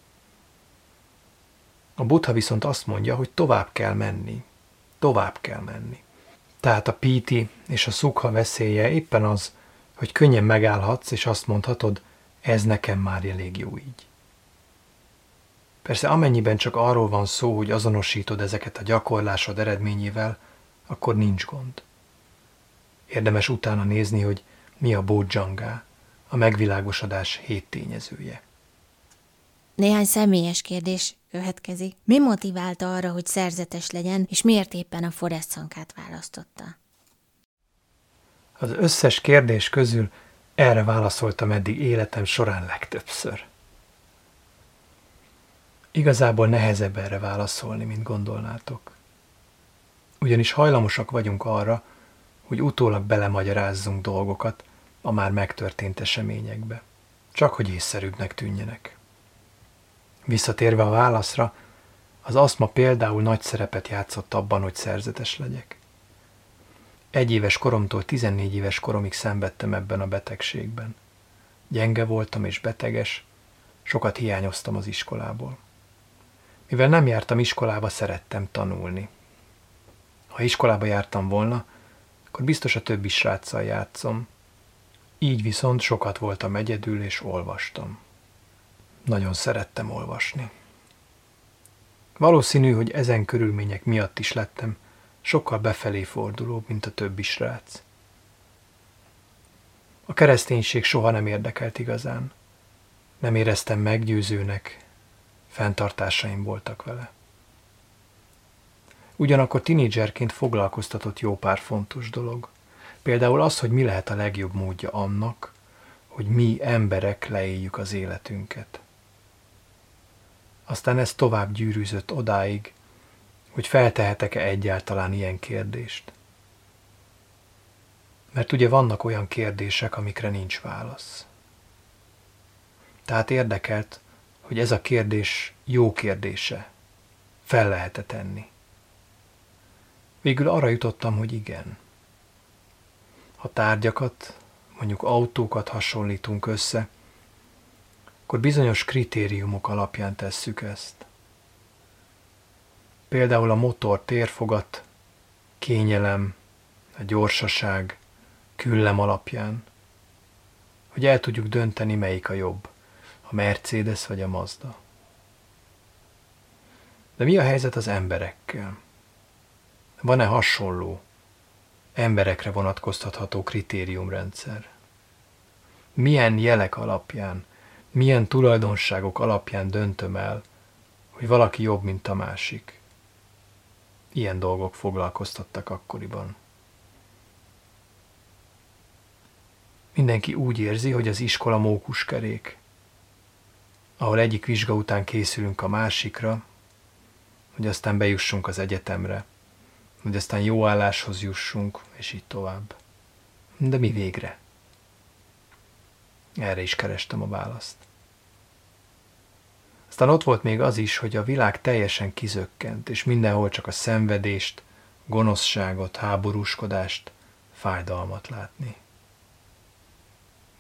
A Buddha viszont azt mondja, hogy tovább kell menni. Tovább kell menni. Tehát a píti és a szukha veszélye éppen az, hogy könnyen megállhatsz, és azt mondhatod, ez nekem már elég jó így. Persze amennyiben csak arról van szó, hogy azonosítod ezeket a gyakorlásod eredményével, akkor nincs gond. Érdemes utána nézni, hogy mi a bojjhanga, a megvilágosodás hét tényezője. Néhány személyes kérdés következik. Mi motiválta arra, hogy szerzetes legyen, és miért éppen a Forest Sankát választotta? Az összes kérdés közül erre válaszoltam eddig életem során legtöbbször. Igazából nehezebb erre válaszolni, mint gondolnátok. Ugyanis hajlamosak vagyunk arra, hogy utólag belemagyarázzunk dolgokat a már megtörtént eseményekbe, csak hogy észszerűbbnek tűnjenek. Visszatérve a válaszra, az asztma például nagy szerepet játszott abban, hogy szerzetes legyek. Egy éves koromtól tizennégy éves koromig szenvedtem ebben a betegségben. Gyenge voltam és beteges, sokat hiányoztam az iskolából. Mivel nem jártam iskolába, szerettem tanulni. Ha iskolába jártam volna, akkor biztos a többi sráccal játszom. Így viszont sokat voltam egyedül és olvastam. Nagyon szerettem olvasni. Valószínű, hogy ezen körülmények miatt is lettem sokkal befelé fordulóbb, mint a többi srác. A kereszténység soha nem érdekelt igazán. Nem éreztem meggyőzőnek, fenntartásaim voltak vele. Ugyanakkor tinédzserként foglalkoztatott jó pár fontos dolog. Például az, hogy mi lehet a legjobb módja annak, hogy mi emberek leéljük az életünket. Aztán ez tovább gyűrűzött odáig, hogy feltehetek-e egyáltalán ilyen kérdést. Mert ugye vannak olyan kérdések, amikre nincs válasz. Tehát érdekelt, hogy ez a kérdés jó kérdése, fel lehet-e tenni. Végül arra jutottam, hogy igen. Ha tárgyakat, mondjuk autókat hasonlítunk össze, akkor bizonyos kritériumok alapján tesszük ezt. Például a motor térfogat, kényelem, a gyorsaság, küllem alapján, hogy el tudjuk dönteni, melyik a jobb, a Mercedes vagy a Mazda. De mi a helyzet az emberekkel? Van-e hasonló, emberekre vonatkoztatható kritériumrendszer? Milyen jelek alapján, milyen tulajdonságok alapján döntöm el, hogy valaki jobb, mint a másik? Ilyen dolgok foglalkoztattak akkoriban. Mindenki úgy érzi, hogy az iskola mókuskerék, ahol egyik vizsga után készülünk a másikra, hogy aztán bejussunk az egyetemre, hogy aztán jó álláshoz jussunk, és így tovább. De mi végre? Erre is kerestem a választ. Aztán ott volt még az is, hogy a világ teljesen kizökkent, és mindenhol csak a szenvedést, gonoszságot, háborúskodást, fájdalmat látni.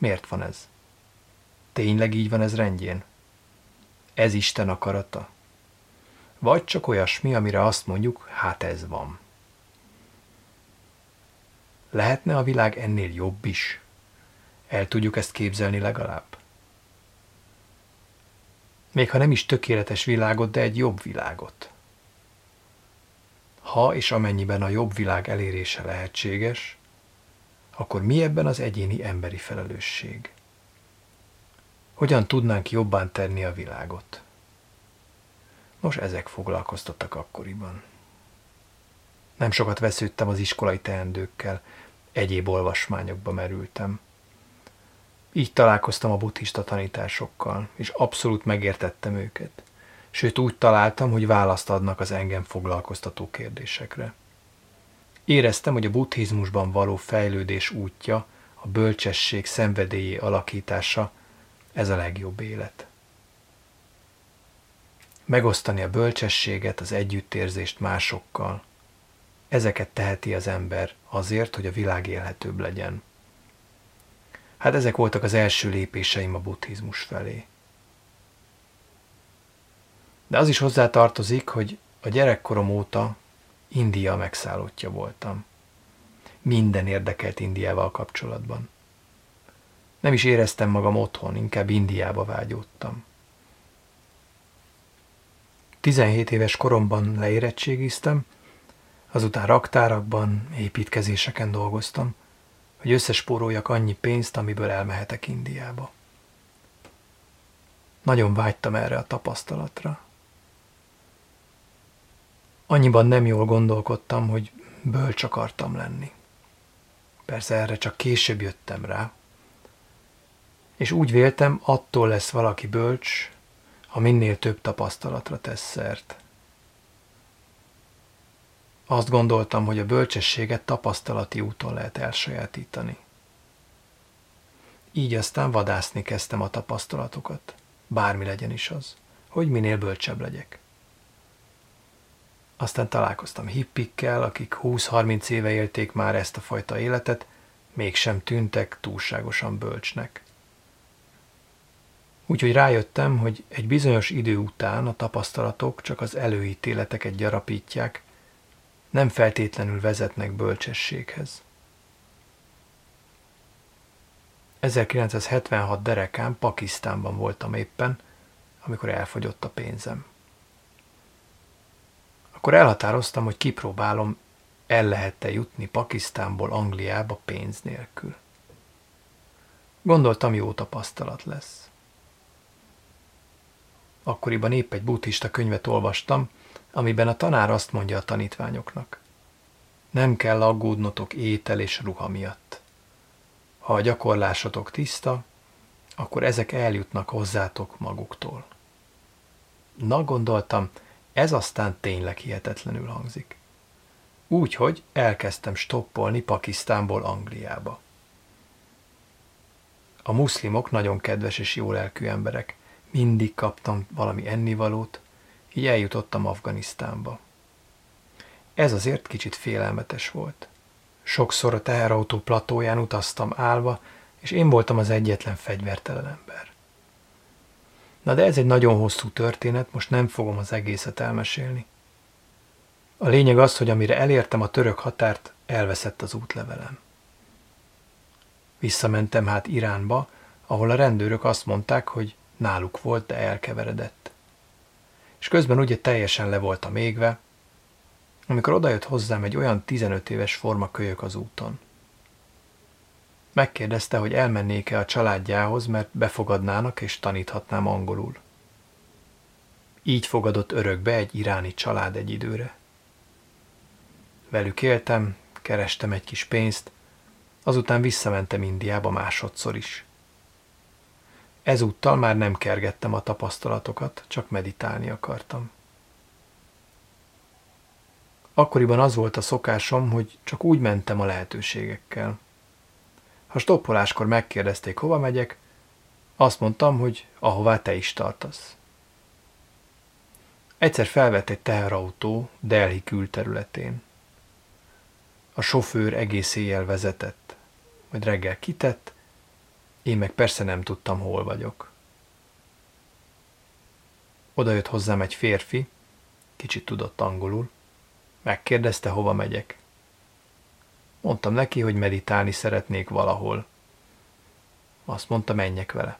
Miért van ez? Tényleg így van ez rendjén? Ez Isten akarata? Vagy csak olyasmi, amire azt mondjuk, hát ez van. Lehetne a világ ennél jobb is? El tudjuk ezt képzelni legalább? Még ha nem is tökéletes világot, de egy jobb világot. Ha és amennyiben a jobb világ elérése lehetséges, akkor mi ebben az egyéni emberi felelősség? Hogyan tudnánk jobban tenni a világot? Nos, ezek foglalkoztattak akkoriban. Nem sokat vesződtem az iskolai teendőkkel, egyéb olvasmányokba merültem. Így találkoztam a buddhista tanításokkal, és abszolút megértettem őket. Sőt, úgy találtam, hogy választ adnak az engem foglalkoztató kérdésekre. Éreztem, hogy a buddhizmusban való fejlődés útja, a bölcsesség szenvedélyé alakítása, ez a legjobb élet. Megosztani a bölcsességet, az együttérzést másokkal, ezeket teheti az ember azért, hogy a világ élhetőbb legyen. Hát ezek voltak az első lépéseim a buddhizmus felé. De az is hozzátartozik, hogy a gyerekkorom óta India megszállottja voltam. Minden érdekelt Indiával kapcsolatban. Nem is éreztem magam otthon, inkább Indiába vágyódtam. tizenhét éves koromban leérettségiztem, azután raktárakban, építkezéseken dolgoztam, hogy összespóroljak annyi pénzt, amiből elmehetek Indiába. Nagyon vágytam erre a tapasztalatra. Annyiban nem jól gondolkodtam, hogy bölcs akartam lenni. Persze erre csak később jöttem rá. És úgy véltem, attól lesz valaki bölcs, ha minél több tapasztalatra tesz szert. Azt gondoltam, hogy a bölcsességet tapasztalati úton lehet elsajátítani. Így aztán vadászni kezdtem a tapasztalatokat, bármi legyen is az, hogy minél bölcsebb legyek. Aztán találkoztam hippikkel, akik húsz-harminc éve élték már ezt a fajta életet, mégsem tűntek túlságosan bölcsnek. Úgyhogy rájöttem, hogy egy bizonyos idő után a tapasztalatok csak az előítéleteket gyarapítják, nem feltétlenül vezetnek bölcsességhez. ezerkilencszázhetvenhat derekán Pakisztánban voltam éppen, amikor elfogyott a pénzem. Akkor elhatároztam, hogy kipróbálom, el lehet-e jutni Pakisztánból Angliába pénz nélkül. Gondoltam, jó tapasztalat lesz. Akkoriban épp egy buddhista könyvet olvastam, amiben a tanár azt mondja a tanítványoknak: nem kell aggódnotok étel és ruha miatt. Ha a gyakorlásotok tiszta, akkor ezek eljutnak hozzátok maguktól. Na, gondoltam, ez aztán tényleg hihetetlenül hangzik. Úgyhogy elkezdtem stoppolni Pakisztánból Angliába. A muszlimok nagyon kedves és jólelkű emberek, mindig kaptam valami ennivalót, így eljutottam Afganisztánba. Ez azért kicsit félelmetes volt. Sokszor a teherautó platóján utaztam állva, és én voltam az egyetlen fegyvertelen ember. Na de ez egy nagyon hosszú történet, most nem fogom az egészet elmesélni. A lényeg az, hogy amire elértem a török határt, elveszett az útlevelem. Visszamentem hát Iránba, ahol a rendőrök azt mondták, hogy náluk volt, de elkeveredett. És közben ugye teljesen le voltam égve, amikor odajött hozzám egy olyan tizenöt éves formakölyök az úton. Megkérdezte, hogy elmennék-e a családjához, mert befogadnának és taníthatnám angolul. Így fogadott örökbe egy iráni család egy időre. Velük éltem, kerestem egy kis pénzt, azután visszamentem Indiába másodszor is. Ezúttal már nem kergettem a tapasztalatokat, csak meditálni akartam. Akkoriban az volt a szokásom, hogy csak úgy mentem a lehetőségekkel. Ha stoppoláskor megkérdezték, hova megyek, azt mondtam, hogy ahová te is tartasz. Egyszer felvett egy teherautó Delhi külterületén. A sofőr egész éjjel vezetett, majd reggel kitett, Én meg persze nem tudtam, hol vagyok. Oda jött hozzám egy férfi, kicsit tudott angolul, megkérdezte, hova megyek. Mondtam neki, hogy meditálni szeretnék valahol. Azt mondta, menjek vele.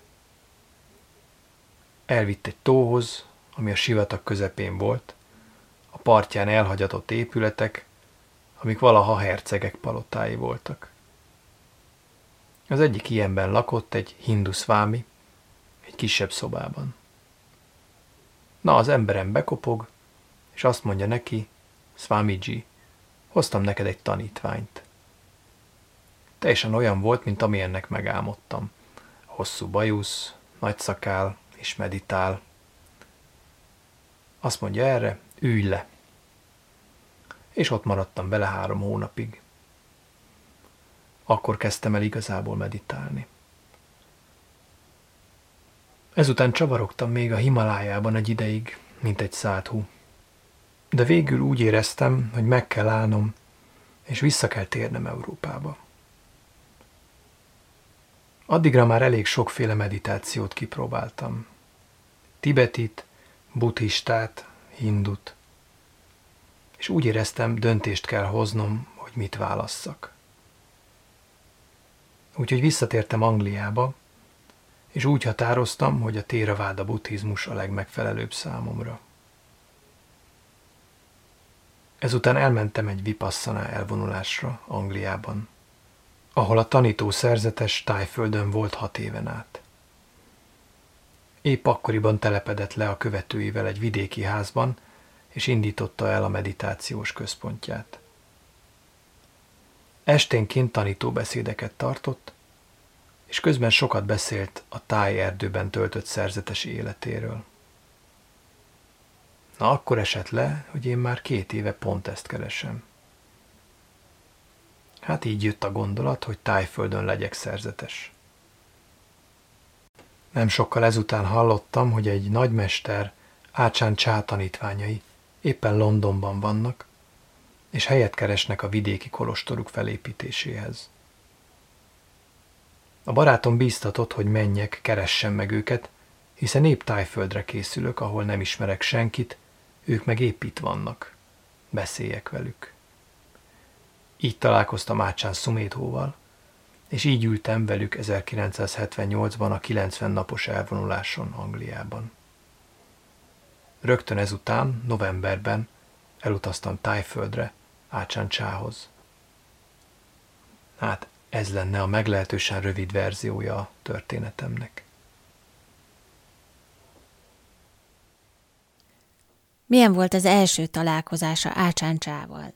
Elvitt egy tóhoz, ami a sivatag közepén volt, a partján elhagyatott épületek, amik valaha hercegek palotái voltak. Az egyik ilyenben lakott egy hindu szvámi, egy kisebb szobában. Na, az emberem bekopog, és azt mondja neki, Swamiji, hoztam neked egy tanítványt. Teljesen olyan volt, mint amilyennek megálmodtam. Hosszú bajusz, nagy szakál, és meditál. Azt mondja erre, ülj le. És ott maradtam vele három hónapig. Akkor kezdtem el igazából meditálni. Ezután csavarogtam még a Himalájában egy ideig, mint egy szádhú. De végül úgy éreztem, hogy meg kell állnom, és vissza kell térnem Európába. Addigra már elég sokféle meditációt kipróbáltam. Tibetit, buddhistát, hindut. És úgy éreztem, döntést kell hoznom, hogy mit válasszak. Úgyhogy visszatértem Angliába, és úgy határoztam, hogy a Theravada buddhizmus a legmegfelelőbb számomra. Ezután elmentem egy vipasszana elvonulásra Angliában, ahol a tanító szerzetes Tájföldön volt hat éven át. Épp akkoriban telepedett le a követőivel egy vidéki házban, és indította el a meditációs központját. Esténként tanítóbeszédeket tartott, és közben sokat beszélt a táj erdőben töltött szerzetes életéről. Na, akkor esett le, hogy én már két éve pont ezt keresem. Hát így jött a gondolat, hogy Tájföldön legyek szerzetes. Nem sokkal ezután hallottam, hogy egy nagymester, Ácsán Csá tanítványai éppen Londonban vannak, és helyet keresnek a vidéki kolostoruk felépítéséhez. A barátom bíztatott, hogy menjek, keressem meg őket, hiszen épp Tájföldre készülök, ahol nem ismerek senkit, ők meg épp itt vannak. Beszéljek velük. Így találkoztam Ácsán Szumédhóval, és így ültem velük ezerkilencszázhetvennyolcban a kilencven napos elvonuláson Angliában. Rögtön ezután, novemberben elutaztam Tájföldre, Ácsán Csához. Hát ez lenne a meglehetősen rövid verziója a történetemnek. Milyen volt az első találkozása Ácsán Csával?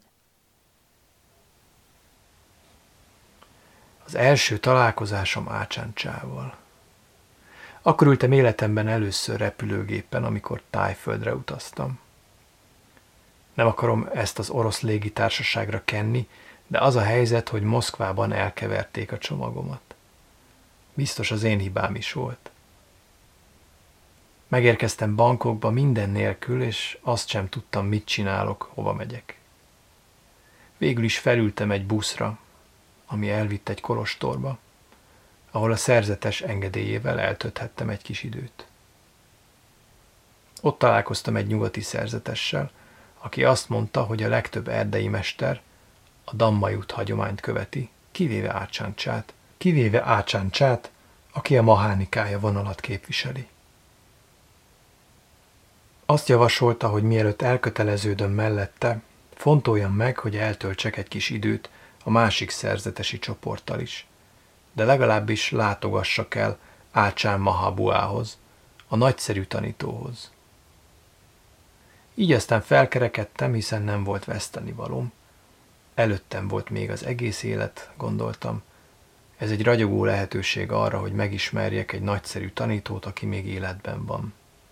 Az első találkozásom Ácsán Csával. Akkor ültem életemben először repülőgépen, amikor Tájföldre utaztam. Nem akarom ezt az orosz légitársaságra kenni, de az a helyzet, hogy Moszkvában elkeverték a csomagomat. Biztos az én hibám is volt. Megérkeztem Bangkokba minden nélkül, és azt sem tudtam, mit csinálok, hova megyek. Végül is felültem egy buszra, ami elvitt egy kolostorba, ahol a szerzetes engedélyével eltölthettem egy kis időt. Ott találkoztam egy nyugati szerzetessel, aki azt mondta, hogy a legtöbb erdei mester a Dhamma-jut hagyományt követi, kivéve Ácsán Csát, kivéve Ácsán Csát, aki a Mahánikája vonalat képviseli. Azt javasolta, hogy mielőtt elköteleződöm mellette, fontoljam meg, hogy eltöltsek egy kis időt a másik szerzetesi csoporttal is, de legalábbis látogassak el Ácsán Mahabuához, a nagyszerű tanítóhoz. Így aztán felkerekedtem, hiszen nem volt vesztenivalóm. Előttem volt még az egész élet, gondoltam. Ez egy ragyogó lehetőség arra, hogy megismerjek egy nagyszerű tanítót, aki még életben van.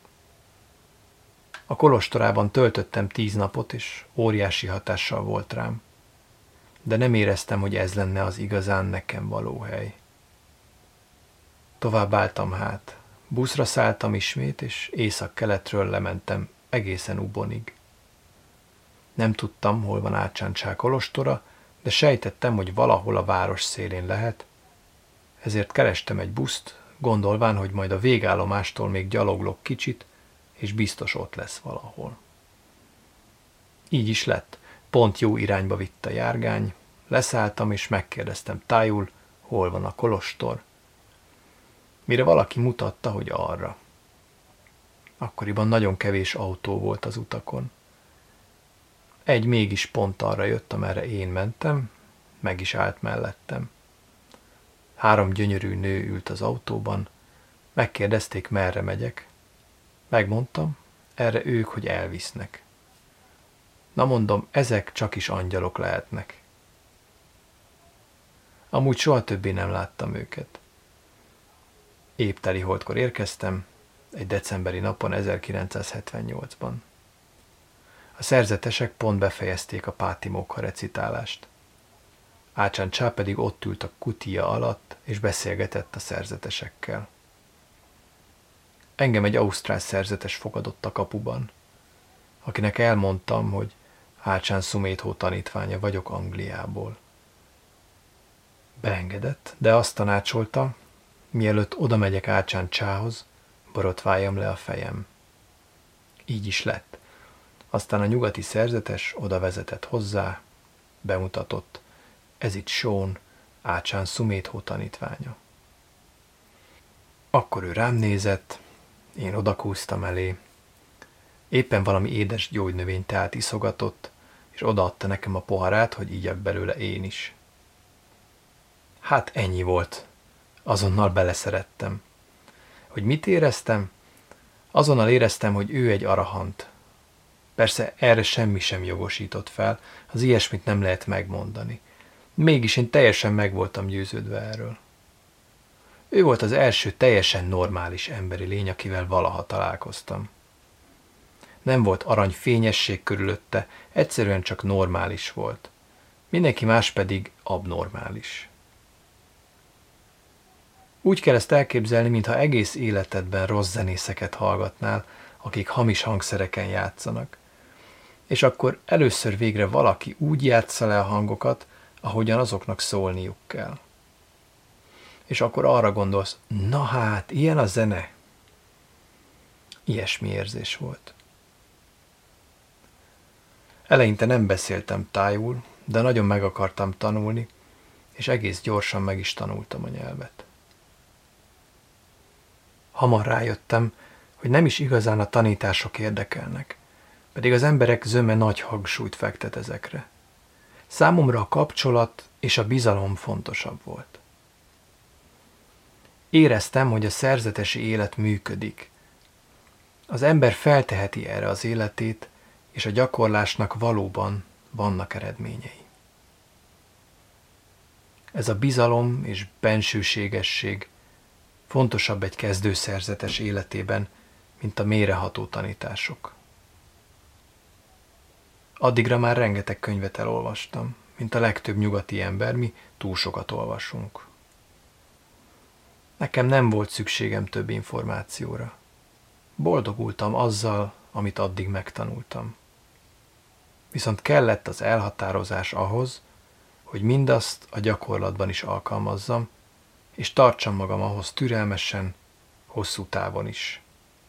A kolostorában töltöttem tíz napot, és óriási hatással volt rám. De nem éreztem, hogy ez lenne az igazán nekem való hely. Tovább álltam hát. Buszra szálltam ismét, és észak-keletről lementem egészen Ubonig. Nem tudtam, hol van Ácsán Csá kolostora, de sejtettem, hogy valahol a város szélén lehet, ezért kerestem egy buszt, gondolván, hogy majd a végállomástól még gyaloglok kicsit, és biztos ott lesz valahol. Így is lett, pont jó irányba vitt a járgány, leszálltam és megkérdeztem tájul, hol van a kolostor. Mire valaki mutatta, hogy arra. Akkoriban nagyon kevés autó volt az utakon. Egy mégis pont arra jött, amerre én mentem, meg is állt mellettem. Három gyönyörű nő ült az autóban, megkérdezték, merre megyek. Megmondtam, erre ők, hogy elvisznek. Na mondom, ezek csak is angyalok lehetnek. Amúgy soha többé nem láttam őket. Épp teli holdkor érkeztem, egy decemberi napon ezerkilencszázhetvennyolcban. A szerzetesek pont befejezték a Pátimókha recitálást. Ácsán Csá pedig ott ült a kutia alatt, és beszélgetett a szerzetesekkel. Engem egy ausztrál szerzetes fogadott a kapuban, akinek elmondtam, hogy Ácsán Szuméthó tanítványa vagyok Angliából. Beengedett, de azt tanácsolta, mielőtt oda megyek Ácsán Csához, borotváljam le a fejem. Így is lett. Aztán a nyugati szerzetes oda vezetett hozzá, bemutatott, ez itt Sean, Ácsán Szuméthó tanítványa. Akkor ő rám nézett, én odakúztam elé. Éppen valami édes gyógynövényteát iszogatott, és odaadta nekem a poharát, hogy igyak belőle én is. Hát ennyi volt. Azonnal beleszerettem. Hogy mit éreztem? Azonnal éreztem, hogy ő egy arahant. Persze erre semmi sem jogosított fel, az ilyesmit nem lehet megmondani. Mégis én teljesen meg voltam győződve erről. Ő volt az első teljesen normális emberi lény, akivel valaha találkoztam. Nem volt arany fényesség körülötte, egyszerűen csak normális volt. Mindenki más pedig abnormális. Úgy kell ezt elképzelni, mintha egész életedben rossz zenészeket hallgatnál, akik hamis hangszereken játszanak. És akkor először végre valaki úgy játsza le a hangokat, ahogyan azoknak szólniuk kell. És akkor arra gondolsz, na hát, ilyen a zene. Ilyesmi érzés volt. Eleinte nem beszéltem tájul, de nagyon meg akartam tanulni, és egész gyorsan meg is tanultam a nyelvet. Hamar rájöttem, hogy nem is igazán a tanítások érdekelnek, pedig az emberek zöme nagy hangsúlyt fektet ezekre. Számomra a kapcsolat és a bizalom fontosabb volt. Éreztem, hogy a szerzetesi élet működik. Az ember felteheti erre az életét, és a gyakorlásnak valóban vannak eredményei. Ez a bizalom és bensőségesség fontosabb egy kezdőszerzetes életében, mint a mélyreható tanítások. Addigra már rengeteg könyvet elolvastam, mint a legtöbb nyugati ember, mi túl sokat olvasunk. Nekem nem volt szükségem több információra. Boldogultam azzal, amit addig megtanultam. Viszont kellett az elhatározás ahhoz, hogy mindazt a gyakorlatban is alkalmazzam, és tartsam magam ahhoz türelmesen, hosszú távon is.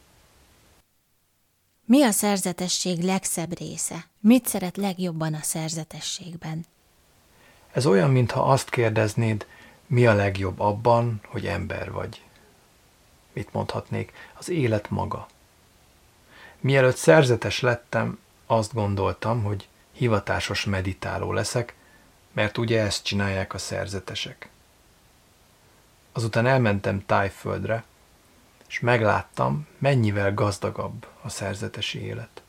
Mi a szerzetesség legszebb része? Mit szeret legjobban a szerzetességben? Ez olyan, mintha azt kérdeznéd, mi a legjobb abban, hogy ember vagy. Mit mondhatnék? Az élet maga. Mielőtt szerzetes lettem, azt gondoltam, hogy hivatásos meditáló leszek, mert ugye ezt csinálják a szerzetesek. Azután elmentem Tájföldre, és megláttam, mennyivel gazdagabb a szerzetesi élet.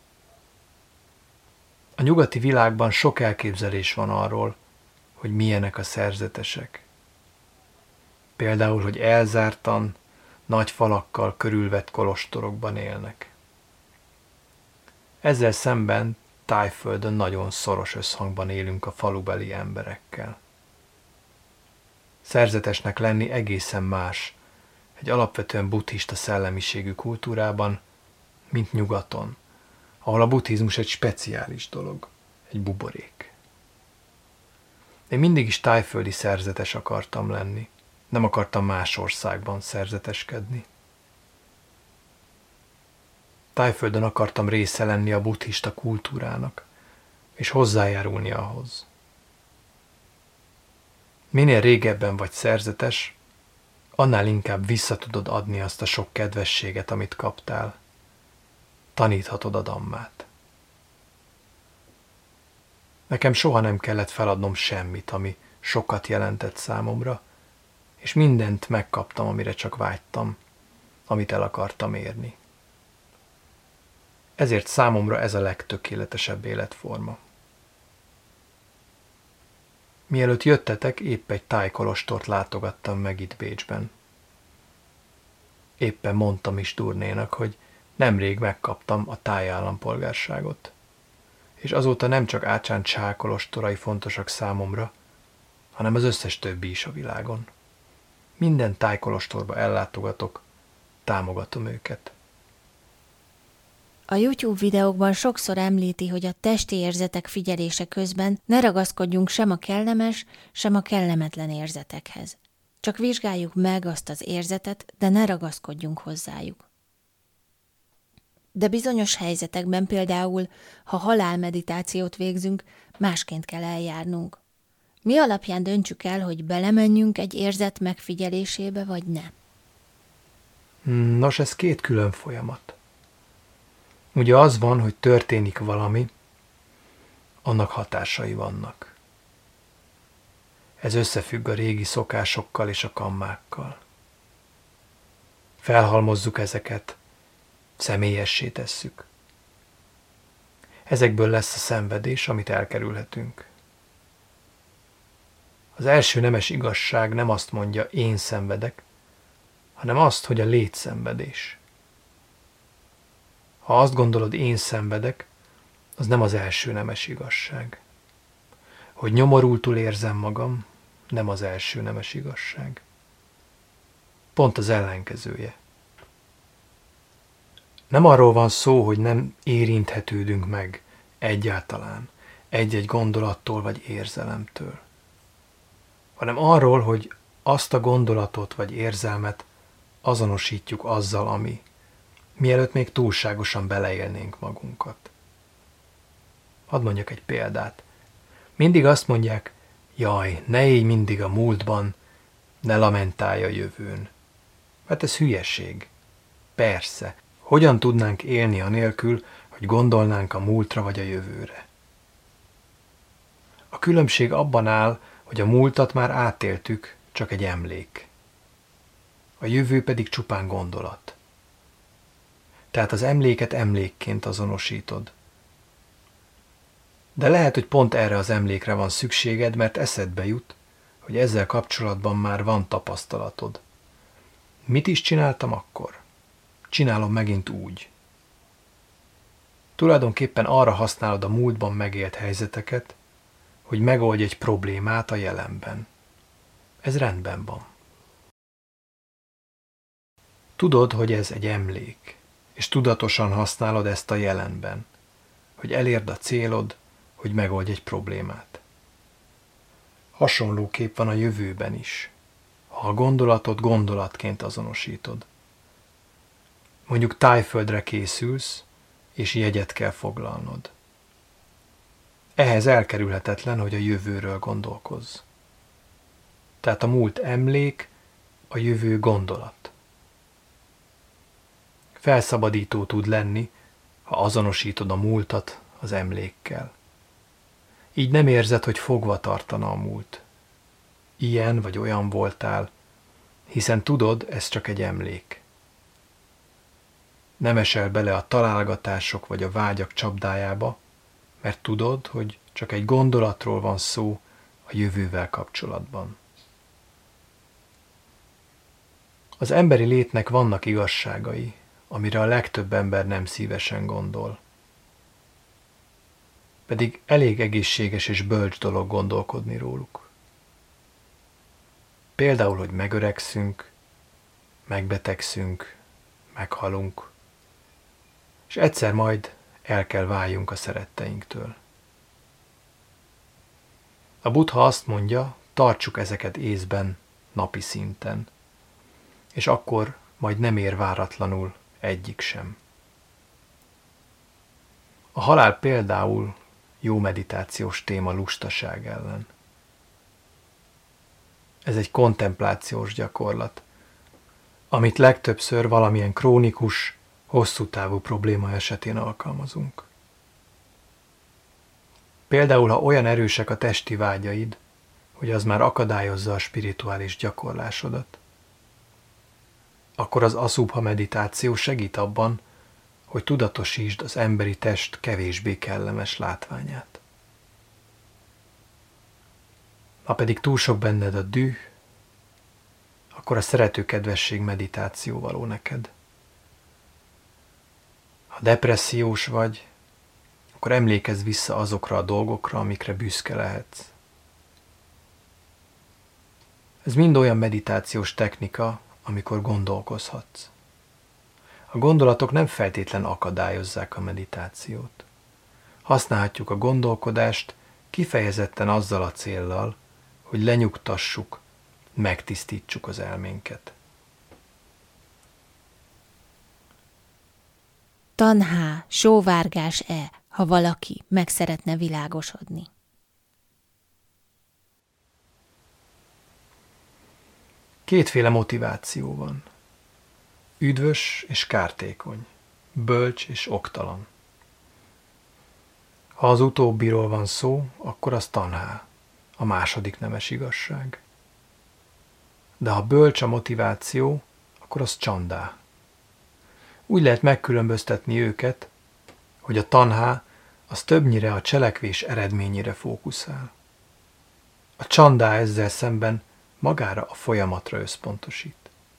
A nyugati világban sok elképzelés van arról, hogy milyenek a szerzetesek. Például, hogy elzártan, nagy falakkal körülvett kolostorokban élnek. Ezzel szemben Tájföldön nagyon szoros összhangban élünk a falubeli emberekkel. Szerzetesnek lenni egészen más egy alapvetően buddhista szellemiségű kultúrában, mint nyugaton, ahol a buddhizmus egy speciális dolog, egy buborék. Én mindig is tájföldi szerzetes akartam lenni, Nem akartam más országban szerzeteskedni. Tájföldön akartam része lenni a buddhista kultúrának, és hozzájárulni ahhoz. Minél régebben vagy szerzetes, annál inkább vissza tudod adni azt a sok kedvességet, amit kaptál. Taníthatod a dammát. Nekem soha nem kellett feladnom semmit, ami sokat jelentett számomra, és mindent megkaptam, amire csak vágytam, amit el akartam érni. Ezért számomra ez a legtökéletesebb életforma. Mielőtt jöttetek, épp egy tájkolostort látogattam meg itt Bécsben. Éppen mondtam is Durnénak, hogy nemrég megkaptam a tájállampolgárságot, és azóta nem csak Ácsán Csá kolostorai fontosak számomra, hanem az összes többi is a világon. Minden tájkolostorba ellátogatok, támogatom őket. A YouTube videókban sokszor említi, hogy a testi érzetek figyelése közben ne ragaszkodjunk sem a kellemes, sem a kellemetlen érzetekhez. Csak vizsgáljuk meg azt az érzetet, de ne ragaszkodjunk hozzájuk. De bizonyos helyzetekben, például, ha halálmeditációt végzünk, másként kell eljárnunk. Mi alapján döntsük el, hogy belemenjünk egy érzet megfigyelésébe, vagy ne? Nos, ez két külön folyamat. Ugye az van, hogy történik valami, annak hatásai vannak. Ez összefügg a régi szokásokkal és a kammákkal. Felhalmozzuk ezeket, személyessé tesszük. Ezekből lesz a szenvedés, amit elkerülhetünk. Az első nemes igazság nem azt mondja, én szenvedek, hanem azt, hogy a létszenvedés. Ha azt gondolod, én szenvedek, az nem az első nemes igazság. Hogy nyomorultul érzem magam, nem az első nemes igazság. Pont az ellenkezője. Nem arról van szó, hogy nem érinthetődünk meg egyáltalán egy-egy gondolattól vagy érzelemtől, hanem arról, hogy azt a gondolatot vagy érzelmet azonosítjuk azzal, ami, mielőtt még túlságosan beleélnénk magunkat. Hadd mondjak egy példát. Mindig azt mondják, jaj, ne élj mindig a múltban, ne lamentálj a jövőn. Hát ez hülyeség. Persze, hogyan tudnánk élni anélkül, hogy gondolnánk a múltra vagy a jövőre? A különbség abban áll, hogy a múltat már átéltük, csak egy emlék. A jövő pedig csupán gondolat. Tehát az emléket emlékként azonosítod. De lehet, hogy pont erre az emlékre van szükséged, mert eszedbe jut, hogy ezzel kapcsolatban már van tapasztalatod. Mit is csináltam akkor? Csinálom megint úgy. Tulajdonképpen arra használod a múltban megélt helyzeteket, hogy megoldj egy problémát a jelenben. Ez rendben van. Tudod, hogy ez egy emlék, és tudatosan használod ezt a jelenben, hogy elérd a célod, hogy megoldj egy problémát. Hasonlóképp van a jövőben is, ha a gondolatot gondolatként azonosítod. Mondjuk Tájföldre készülsz, és jegyet kell foglalnod. Ehhez elkerülhetetlen, hogy a jövőről gondolkozz. Tehát a múlt emlék, a jövő gondolat. Felszabadító tud lenni, ha azonosítod a múltat az emlékkel. Így nem érzed, hogy fogva tartana a múlt. Ilyen vagy olyan voltál, hiszen tudod, ez csak egy emlék. Nem esel bele a találgatások vagy a vágyak csapdájába, mert tudod, hogy csak egy gondolatról van szó a jövővel kapcsolatban. Az emberi létnek vannak igazságai, amire a legtöbb ember nem szívesen gondol. Pedig elég egészséges és bölcs dolog gondolkodni róluk. Például, hogy megöregszünk, megbetegszünk, meghalunk, és egyszer majd el kell váljunk a szeretteinktől. A Buddha azt mondja, tartsuk ezeket észben, napi szinten, és akkor majd nem ér váratlanul egyik sem. A halál például jó meditációs téma lustaság ellen. Ez egy kontemplációs gyakorlat, amit legtöbbször valamilyen krónikus, hosszú távú probléma esetén alkalmazunk. Például, ha olyan erősek a testi vágyaid, hogy az már akadályozza a spirituális gyakorlásodat, akkor az Aszubha meditáció segít abban, hogy tudatosítsd az emberi test kevésbé kellemes látványát. Ha pedig túl sok benned a düh, akkor a szeretőkedvesség meditáció való neked. Ha depressziós vagy, akkor emlékezz vissza azokra a dolgokra, amikre büszke lehetsz. Ez mind olyan meditációs technika, amikor gondolkozhatsz. A gondolatok nem feltétlen akadályozzák a meditációt. Használhatjuk a gondolkodást kifejezetten azzal a céllal, hogy lenyugtassuk, megtisztítsuk az elménket. Tanhá, sóvárgás-e, ha valaki meg szeretne világosodni? Kétféle motiváció van. Üdvös és kártékony, bölcs és oktalan. Ha az utóbbiról van szó, akkor az tanhá, a második nemes igazság. De ha bölcs a motiváció, akkor az csandá. Úgy lehet megkülönböztetni őket, hogy a tanhá az többnyire a cselekvés eredményére fókuszál. A csandá ezzel szemben magára a folyamatra összpontosít.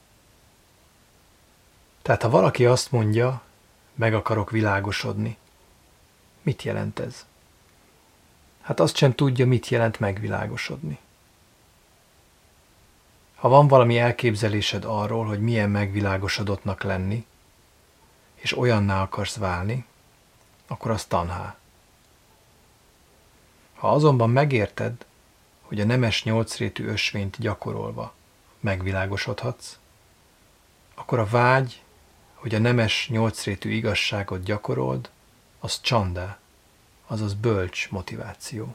Tehát ha valaki azt mondja, meg akarok világosodni, mit jelent ez? Hát azt sem tudja, mit jelent megvilágosodni. Ha van valami elképzelésed arról, hogy milyen megvilágosodottnak lenni, és olyanná akarsz válni, akkor az tanhá. Ha azonban megérted, hogy a nemes nyolcrétű ösvényt gyakorolva megvilágosodhatsz, akkor a vágy, hogy a nemes nyolcrétű igazságot gyakorold, az csandá, azaz bölcs motiváció.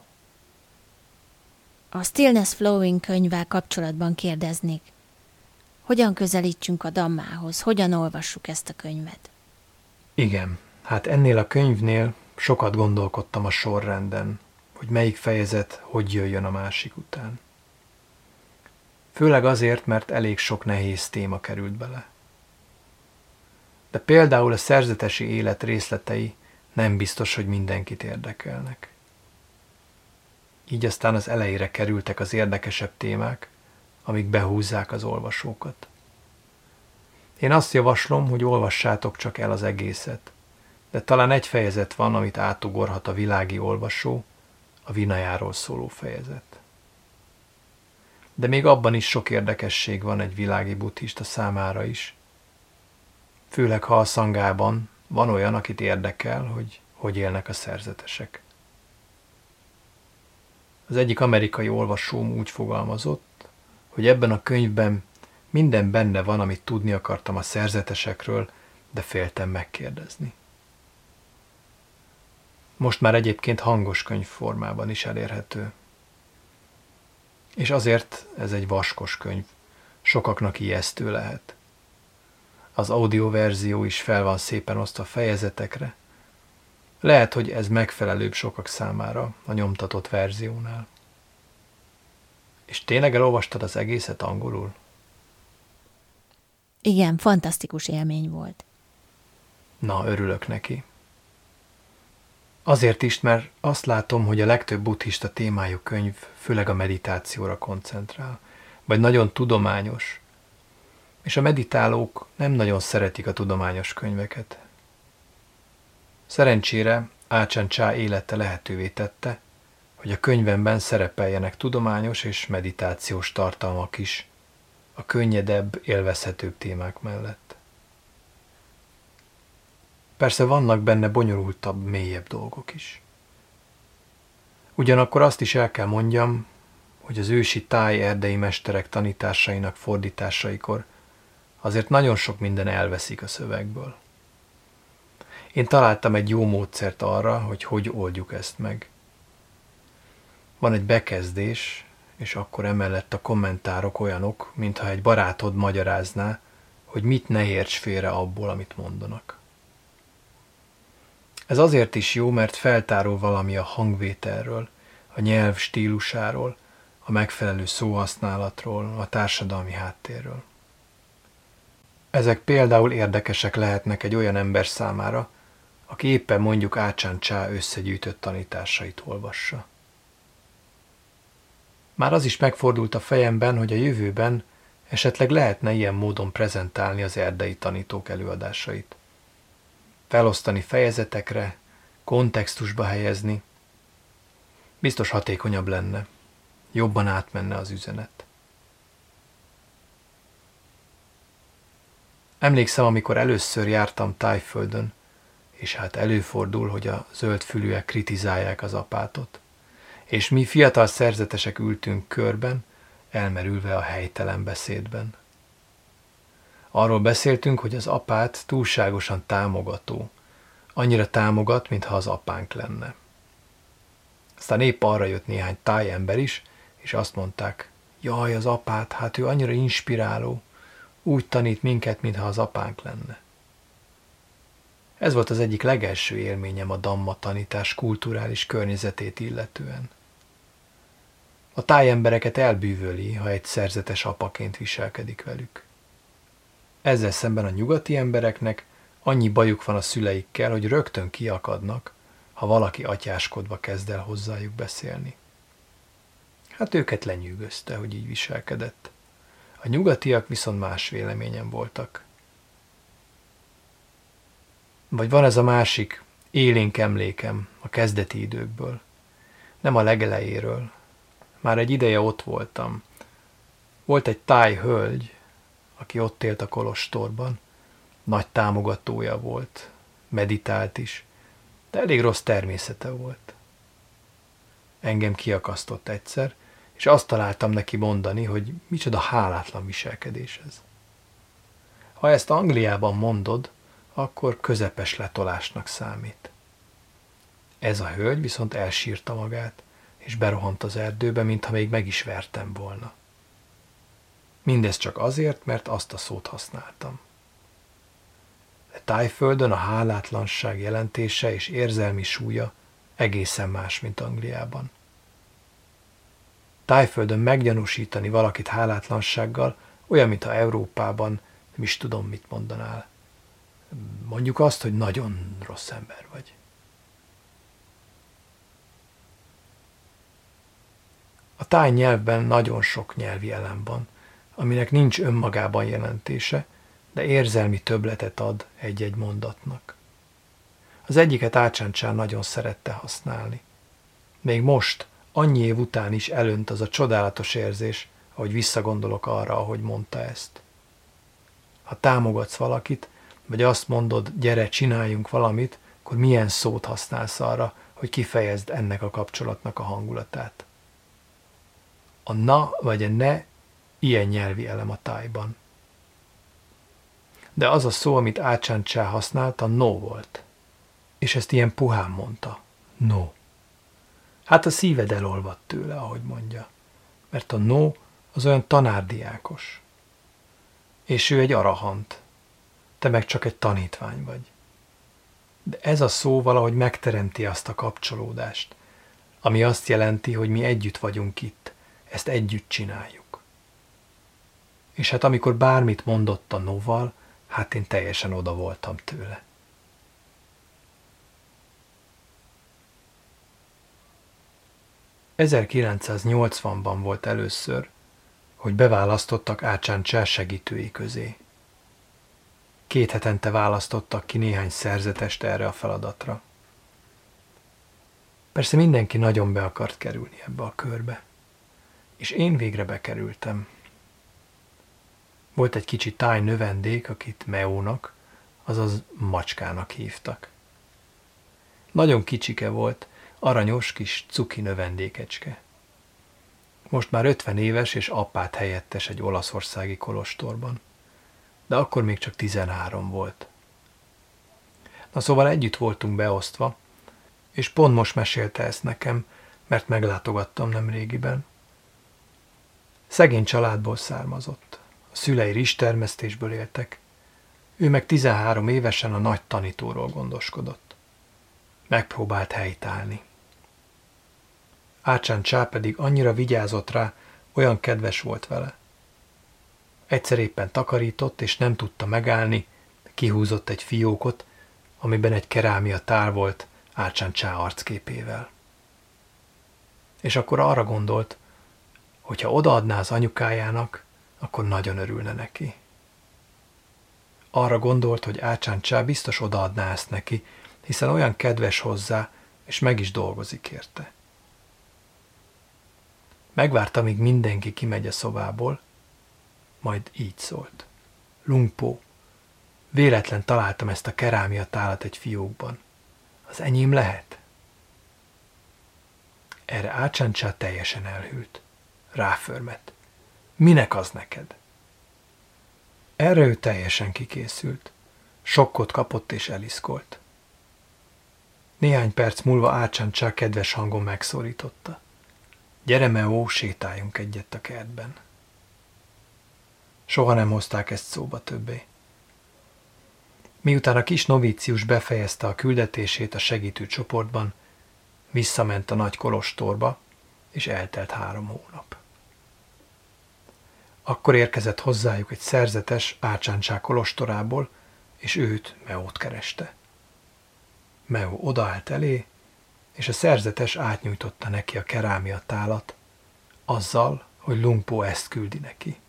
A Stillness Flowing könyvvel kapcsolatban kérdeznék, hogyan közelítsünk a Dhammához, hogyan olvassuk ezt a könyvet? Igen, hát ennél a könyvnél sokat gondolkodtam a sorrenden, hogy melyik fejezet hogy jöjjön a másik után. Főleg azért, mert elég sok nehéz téma került bele. De például a szerzetesi élet részletei nem biztos, hogy mindenkit érdekelnek. Így aztán az elejére kerültek az érdekesebb témák, amik behúzzák az olvasókat. Én azt javaslom, hogy olvassátok csak el az egészet, de talán egy fejezet van, amit átugorhat a világi olvasó, a Vinajáról szóló fejezet. De még abban is sok érdekesség van egy világi buddhista számára is, főleg ha a szangában van olyan, akit érdekel, hogy hogy élnek a szerzetesek. Az egyik amerikai olvasóm úgy fogalmazott, hogy ebben a könyvben minden benne van, amit tudni akartam a szerzetesekről, de féltem megkérdezni. Most már egyébként hangos könyv formában is elérhető. És azért ez egy vaskos könyv, sokaknak ijesztő lehet. Az audioverzió is fel van szépen osztva fejezetekre. Lehet, hogy ez megfelelőbb sokak számára a nyomtatott verziónál. És tényleg elolvastad az egészet angolul? Igen, fantasztikus élmény volt. Na, örülök neki. Azért is, mert azt látom, hogy a legtöbb buddhista témájú könyv főleg a meditációra koncentrál, vagy nagyon tudományos, és a meditálók nem nagyon szeretik a tudományos könyveket. Szerencsére Ácsán Csá élete lehetővé tette, hogy a könyvemben szerepeljenek tudományos és meditációs tartalmak is, a könnyedebb, élvezhetőbb témák mellett. Persze vannak benne bonyolultabb, mélyebb dolgok is. Ugyanakkor azt is el kell mondjam, hogy az ősi táj erdei mesterek tanításainak fordításaikor azért nagyon sok minden elveszik a szövegből. Én találtam egy jó módszert arra, hogy hogy oldjuk ezt meg. Van egy bekezdés, és akkor emellett a kommentárok olyanok, mintha egy barátod magyarázná, hogy mit ne érts félre abból, amit mondanak. Ez azért is jó, mert feltárul valami a hangvételről, a nyelv stílusáról, a megfelelő szóhasználatról, a társadalmi háttérről. Ezek például érdekesek lehetnek egy olyan ember számára, aki éppen mondjuk Ácsán Csá összegyűjtött tanításait olvassa. Már az is megfordult a fejemben, hogy a jövőben esetleg lehetne ilyen módon prezentálni az erdei tanítók előadásait. Felosztani fejezetekre, kontextusba helyezni. Biztos hatékonyabb lenne, jobban átmenne az üzenet. Emlékszem, amikor először jártam Tájföldön, és hát előfordul, hogy a zöldfülűek kritizálják az apátot, és mi fiatal szerzetesek ültünk körben, elmerülve a helytelen beszédben. Arról beszéltünk, hogy az apát túlságosan támogató, annyira támogat, mintha az apánk lenne. Aztán épp arra jött néhány tájember is, és azt mondták, jaj, az apát, hát ő annyira inspiráló, úgy tanít minket, mintha az apánk lenne. Ez volt az egyik legelső élményem a Dhamma tanítás kulturális környezetét illetően. A tájembereket elbűvöli, ha egy szerzetes apaként viselkedik velük. Ezzel szemben a nyugati embereknek annyi bajuk van a szüleikkel, hogy rögtön kiakadnak, ha valaki atyáskodva kezd el hozzájuk beszélni. Hát őket lenyűgözte, hogy így viselkedett. A nyugatiak viszont más véleményen voltak. Vagy van ez a másik élénk emlékem a kezdeti időkből. Nem a legelejéről. Már egy ideje ott voltam. Volt egy táj hölgy, aki ott élt a kolostorban. Nagy támogatója volt, meditált is, de elég rossz természete volt. Engem kiakasztott egyszer, és azt találtam neki mondani, hogy micsoda hálátlan viselkedés ez. Ha ezt Angliában mondod, akkor közepes letolásnak számít. Ez a hölgy viszont elsírta magát, és berohant az erdőbe, mintha még meg is vertem volna. Mindez csak azért, mert azt a szót használtam. De Tájföldön a hálátlanság jelentése és érzelmi súlya egészen más, mint Angliában. Tájföldön meggyanúsítani valakit hálátlansággal olyan, mintha Európában nem is tudom, mit mondanál. Mondjuk azt, hogy nagyon rossz ember vagy. A táj nyelvben nagyon sok nyelvi elem van, aminek nincs önmagában jelentése, de érzelmi többletet ad egy-egy mondatnak. Az egyiket Ácsán Csá nagyon szerette használni. Még most, annyi év után is elönt az a csodálatos érzés, ahogy visszagondolok arra, ahogy mondta ezt. Ha támogatsz valakit, vagy azt mondod, gyere, csináljunk valamit, akkor milyen szót használsz arra, hogy kifejezd ennek a kapcsolatnak a hangulatát. A na vagy a ne ilyen nyelvi elem a tájban. De az a szó, amit Ácsán Csá használt, a no volt. És ezt ilyen puhán mondta. No. Hát a szíved elolvadt tőle, ahogy mondja. Mert a no az olyan tanárdiákos. És ő egy arahant. Te meg csak egy tanítvány vagy. De ez a szó valahogy megteremti azt a kapcsolódást, ami azt jelenti, hogy mi együtt vagyunk itt, ezt együtt csináljuk. És hát amikor bármit mondott a noval, hát én teljesen oda voltam tőle. ezerkilencszáznyolcvanban volt először, hogy beválasztottak Ácsán Csá segítői közé. Két hetente választottak ki néhány szerzetest erre a feladatra. Persze mindenki nagyon be akart kerülni ebbe a körbe. És én végre bekerültem. Volt egy kicsi táj növendék, akit Meónak, azaz macskának hívtak. Nagyon kicsike volt, aranyos kis cuki növendékecske. Most már ötven éves és apát helyettes egy olaszországi kolostorban. De akkor még csak tizenhárom volt. Na szóval együtt voltunk beosztva, és pont most mesélte ezt nekem, mert meglátogattam nemrégiben. Szegény családból származott. A szülei rizstermesztésből éltek. Ő meg tizenhárom évesen a nagy tanítóról gondoskodott. Megpróbált helytállni. Ácsán Csá pedig annyira vigyázott rá, olyan kedves volt vele. Egyszer éppen takarított, és nem tudta megállni, kihúzott egy fiókot, amiben egy kerámia tál volt Ácsán Csá arcképével. És akkor arra gondolt, hogy ha odaadná az anyukájának, akkor nagyon örülne neki. Arra gondolt, hogy Ácsán Csá biztos odaadná ezt neki, hiszen olyan kedves hozzá, és meg is dolgozik érte. Megvárta, míg mindenki kimegy a szobából, majd így szólt. Lungpó, véletlen találtam ezt a kerámia tálat egy fiókban. Az enyém lehet? Erre Ácsán Csá teljesen elhűlt. Ráförmett. Minek az neked? Erre ő teljesen kikészült. Sokkot kapott és eliszkolt. Néhány perc múlva Ácsán Csá kedves hangon megszólította. Gyere, Meó, sétáljunk egyet a kertben. Soha nem hozták ezt szóba többé. Miután a kis novícius befejezte a küldetését a segítő csoportban, visszament a nagy kolostorba, és eltelt három hónap. Akkor érkezett hozzájuk egy szerzetes Ácsán Csá kolostorából, és őt, Meót kereste. Meó odaállt elé, és a szerzetes átnyújtotta neki a kerámia tálat, azzal, hogy Lungpó ezt küldi neki.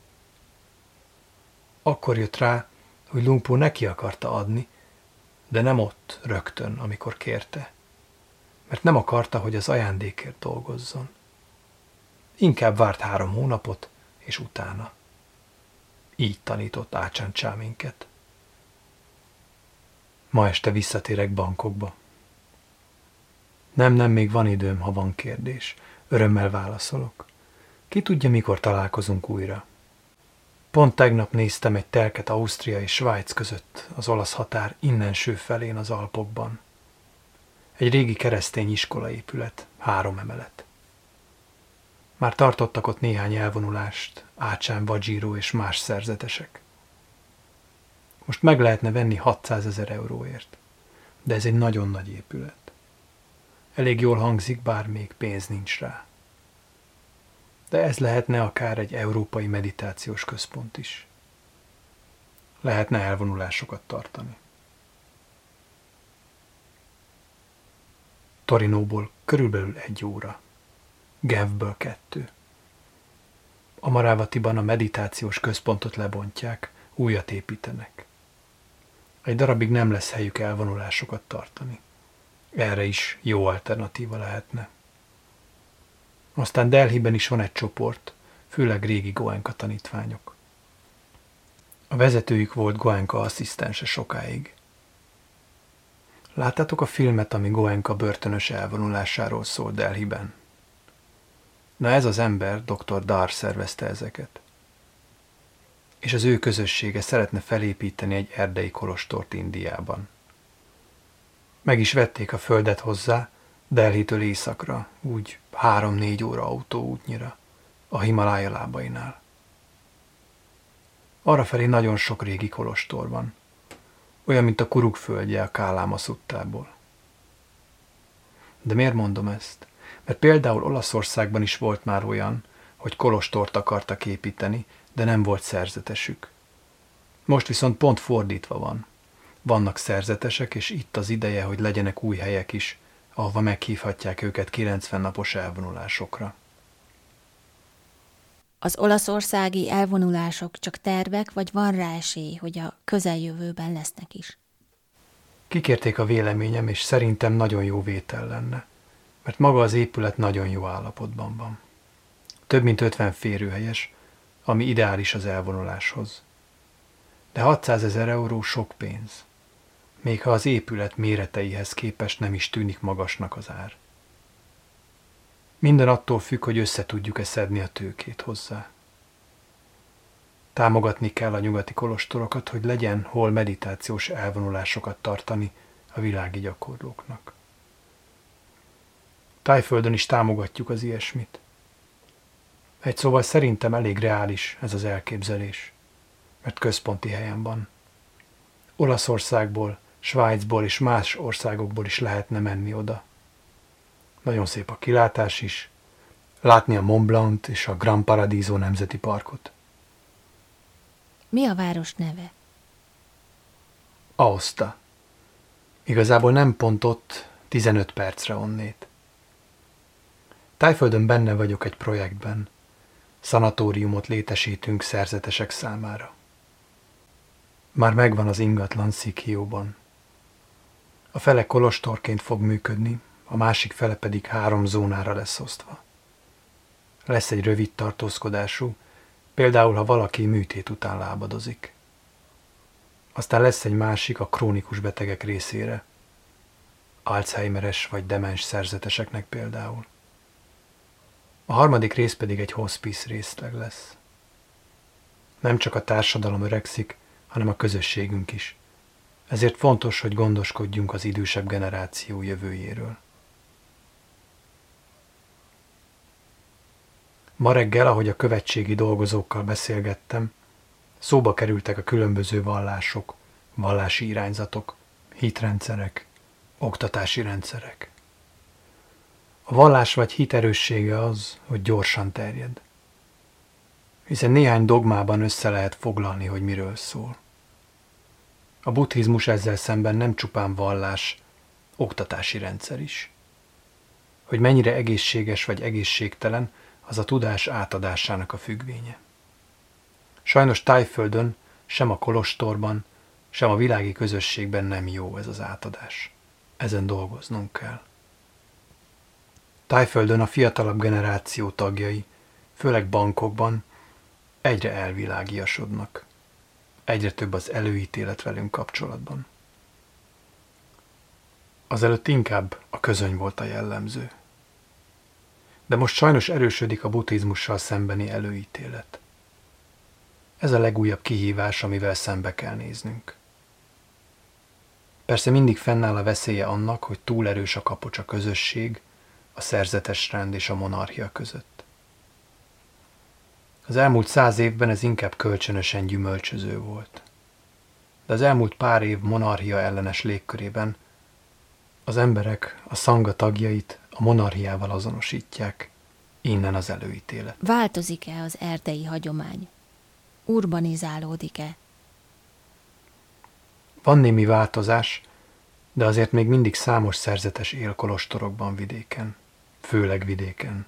Akkor jött rá, hogy Lungpó neki akarta adni, de nem ott rögtön, amikor kérte, mert nem akarta, hogy az ajándékért dolgozzon. Inkább várt három hónapot, és utána. Így tanított Ácsán Csá minket. Ma este visszatérek Bangkokba. Nem, nem, még van időm, ha van kérdés. Örömmel válaszolok. Ki tudja, mikor találkozunk újra. Pont tegnap néztem egy telket Ausztria és Svájc között, az olasz határ innenső felén az Alpokban. Egy régi keresztény iskolaépület, három emelet. Már tartottak ott néhány elvonulást, Ácsán, Vadzsíró és más szerzetesek. Most meg lehetne venni hatszázezer euróért, de ez egy nagyon nagy épület. Elég jól hangzik, bár még pénz nincs rá. De ez lehetne akár egy európai meditációs központ is. Lehetne elvonulásokat tartani. Torinóból körülbelül egy óra. Genfből kettő. Amarávatiban a meditációs központot lebontják, újat építenek. Egy darabig nem lesz helyük elvonulásokat tartani. Erre is jó alternatíva lehetne. Aztán Delhiben is van egy csoport, főleg régi Goenka tanítványok. A vezetőjük volt Goenka asszisztense sokáig. Láttátok a filmet, ami Goenka börtönös elvonulásáról szól Delhiben? Na ez az ember, doktor Dar szervezte ezeket. És az ő közössége szeretne felépíteni egy erdei kolostort Indiában. Meg is vették a földet hozzá, Delhitől északra, úgy három-négy óra autóútnyira, a Himalája lábainál. Arrafelé nagyon sok régi kolostor van, olyan, mint a Kuruk földje a Káláma szuttából. De miért mondom ezt? Mert például Olaszországban is volt már olyan, hogy kolostort akartak építeni, de nem volt szerzetesük. Most viszont pont fordítva van. Vannak szerzetesek, és itt az ideje, hogy legyenek új helyek is, ahova meghívhatják őket kilencven napos elvonulásokra. Az olaszországi elvonulások csak tervek, vagy van rá esély, hogy a közeljövőben lesznek is? Kikérték a véleményem, és szerintem nagyon jó vétel lenne, mert maga az épület nagyon jó állapotban van. Több mint ötven férőhelyes, ami ideális az elvonuláshoz. De hatszázezer euró sok pénz, még ha az épület méreteihez képest nem is tűnik magasnak az ár. Minden attól függ, hogy össze tudjuk-e szedni a tőkét hozzá. Támogatni kell a nyugati kolostorokat, hogy legyen hol meditációs elvonulásokat tartani a világi gyakorlóknak. Tájföldön is támogatjuk az ilyesmit. Egy szóval szerintem elég reális ez az elképzelés, mert központi helyen van. Olaszországból, Svájcból és más országokból is lehetne menni oda. Nagyon szép a kilátás is, látni a Mont Blanc és a Gran Paradiso nemzeti parkot. Mi a város neve? Aosta. Igazából nem pont ott, tizenöt percre onnét. Tájföldön benne vagyok egy projektben. Szanatóriumot létesítünk szerzetesek számára. Már megvan az ingatlan Szikhióban. A fele kolostorként fog működni, a másik fele pedig három zónára lesz osztva. Lesz egy rövid tartózkodású, például ha valaki műtét után lábadozik. Aztán lesz egy másik a krónikus betegek részére, Alzheimeres vagy demens szerzeteseknek például. A harmadik rész pedig egy hospice részleg lesz. Nem csak a társadalom öregszik, hanem a közösségünk is. Ezért fontos, hogy gondoskodjunk az idősebb generáció jövőjéről. Ma reggel, ahogy a követségi dolgozókkal beszélgettem, szóba kerültek a különböző vallások, vallási irányzatok, hitrendszerek, oktatási rendszerek. A vallás vagy hit erőssége az, hogy gyorsan terjed. Hiszen néhány dogmában össze lehet foglalni, hogy miről szól. A buddhizmus ezzel szemben nem csupán vallás, oktatási rendszer is. Hogy mennyire egészséges vagy egészségtelen, az a tudás átadásának a függvénye. Sajnos Tájföldön, sem a kolostorban, sem a világi közösségben nem jó ez az átadás. Ezen dolgoznunk kell. Tájföldön a fiatalabb generáció tagjai, főleg bankokban, egyre elvilágiasodnak. Egyre több az előítélet velünk kapcsolatban. Azelőtt inkább a közöny volt a jellemző. De most sajnos erősödik a buddhizmussal szembeni előítélet. Ez a legújabb kihívás, amivel szembe kell néznünk. Persze mindig fennáll a veszélye annak, hogy túl erős a kapocs a közösség, a szerzetes rend és a monarchia között. Az elmúlt száz évben ez inkább kölcsönösen gyümölcsöző volt. De az elmúlt pár év monarchia ellenes légkörében az emberek a szanga tagjait a monarchiával azonosítják, innen az előítélet. Változik-e az erdei hagyomány? Urbanizálódik-e? Van némi változás, de azért még mindig számos szerzetes él kolostorokban vidéken, főleg vidéken.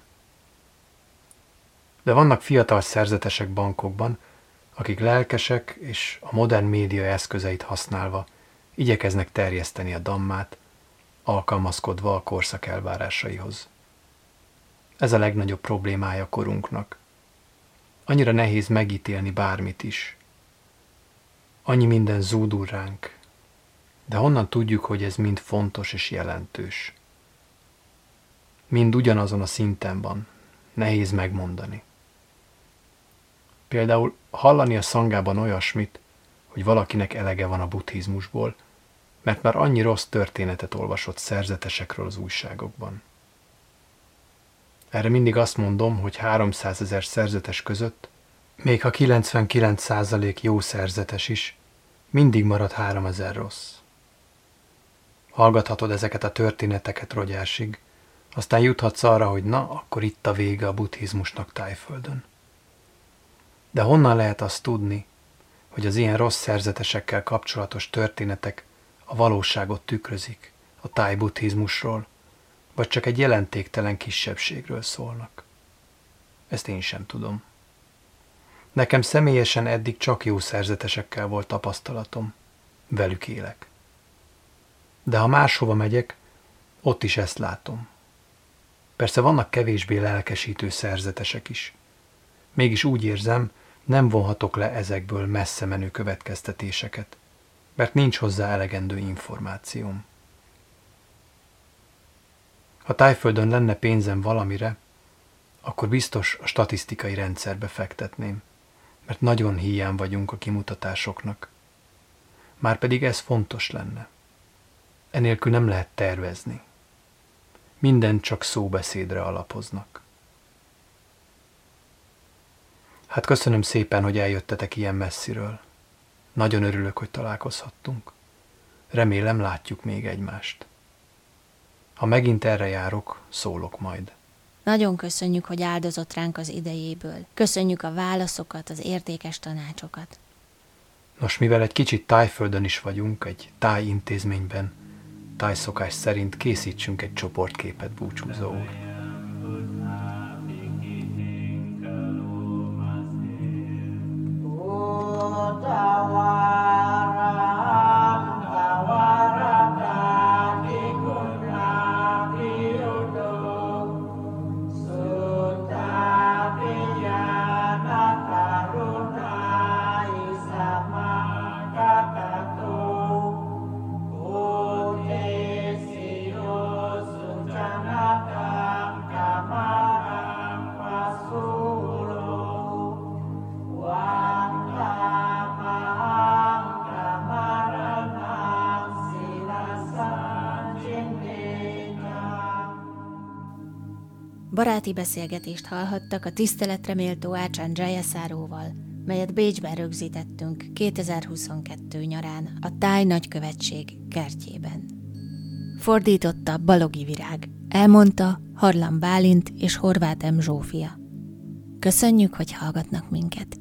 De vannak fiatal szerzetesek bankokban, akik lelkesek és a modern média eszközeit használva igyekeznek terjeszteni a dammát, alkalmazkodva a korszak elvárásaihoz. Ez a legnagyobb problémája korunknak. Annyira nehéz megítélni bármit is. Annyi minden zúdul ránk, de honnan tudjuk, hogy ez mind fontos és jelentős? Mind ugyanazon a szinten van, nehéz megmondani. Például hallani a szangában olyasmit, hogy valakinek elege van a buddhizmusból, mert már annyi rossz történetet olvasott szerzetesekről az újságokban. Erre mindig azt mondom, hogy háromszázezer szerzetes között, még ha kilencvenkilenc százalék jó szerzetes is, mindig marad háromezer rossz. Hallgathatod ezeket a történeteket rogyásig, aztán juthatsz arra, hogy na, akkor itt a vége a buddhizmusnak Tájföldön. De honnan lehet azt tudni, hogy az ilyen rossz szerzetesekkel kapcsolatos történetek a valóságot tükrözik a táj buddhizmusról, vagy csak egy jelentéktelen kisebbségről szólnak? Ezt én sem tudom. Nekem személyesen eddig csak jó szerzetesekkel volt tapasztalatom, velük élek. De ha máshova megyek, ott is ezt látom. Persze vannak kevésbé lelkesítő szerzetesek is. Mégis úgy érzem, nem vonhatok le ezekből messze menő következtetéseket, mert nincs hozzá elegendő információm. Ha Tájföldön lenne pénzem valamire, akkor biztos a statisztikai rendszerbe fektetném, mert nagyon híján vagyunk a kimutatásoknak. Márpedig ez fontos lenne. Enélkül nem lehet tervezni. Mindent csak szóbeszédre alapoznak. Hát köszönöm szépen, hogy eljöttetek ilyen messziről. Nagyon örülök, hogy találkozhattunk. Remélem, látjuk még egymást. Ha megint erre járok, szólok majd. Nagyon köszönjük, hogy áldozott ránk az idejéből. Köszönjük a válaszokat, az értékes tanácsokat. Nos, mivel egy kicsit Tájföldön is vagyunk, egy táj intézményben, tájszokás szerint készítsünk egy csoportképet, búcsúzó úr. Baráti beszélgetést hallhattak a tiszteletre méltó Ácsán Jayasaróval, melyet Bécsben rögzítettünk kétezer-huszonkettő nyarán a Táj nagykövetség kertjében. Fordította Balogi Virág, elmondta Harlam Bálint és Horváth M. Zsófia. Köszönjük, hogy hallgatnak minket!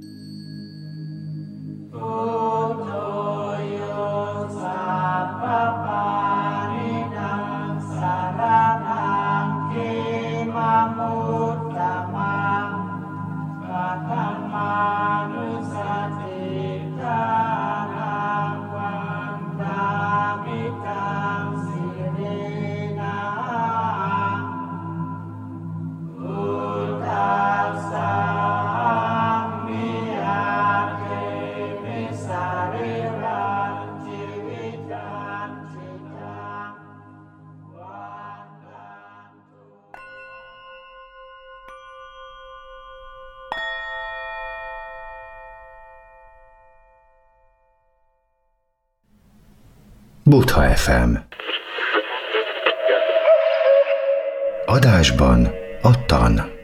Buddha ef em. Adásban a tan.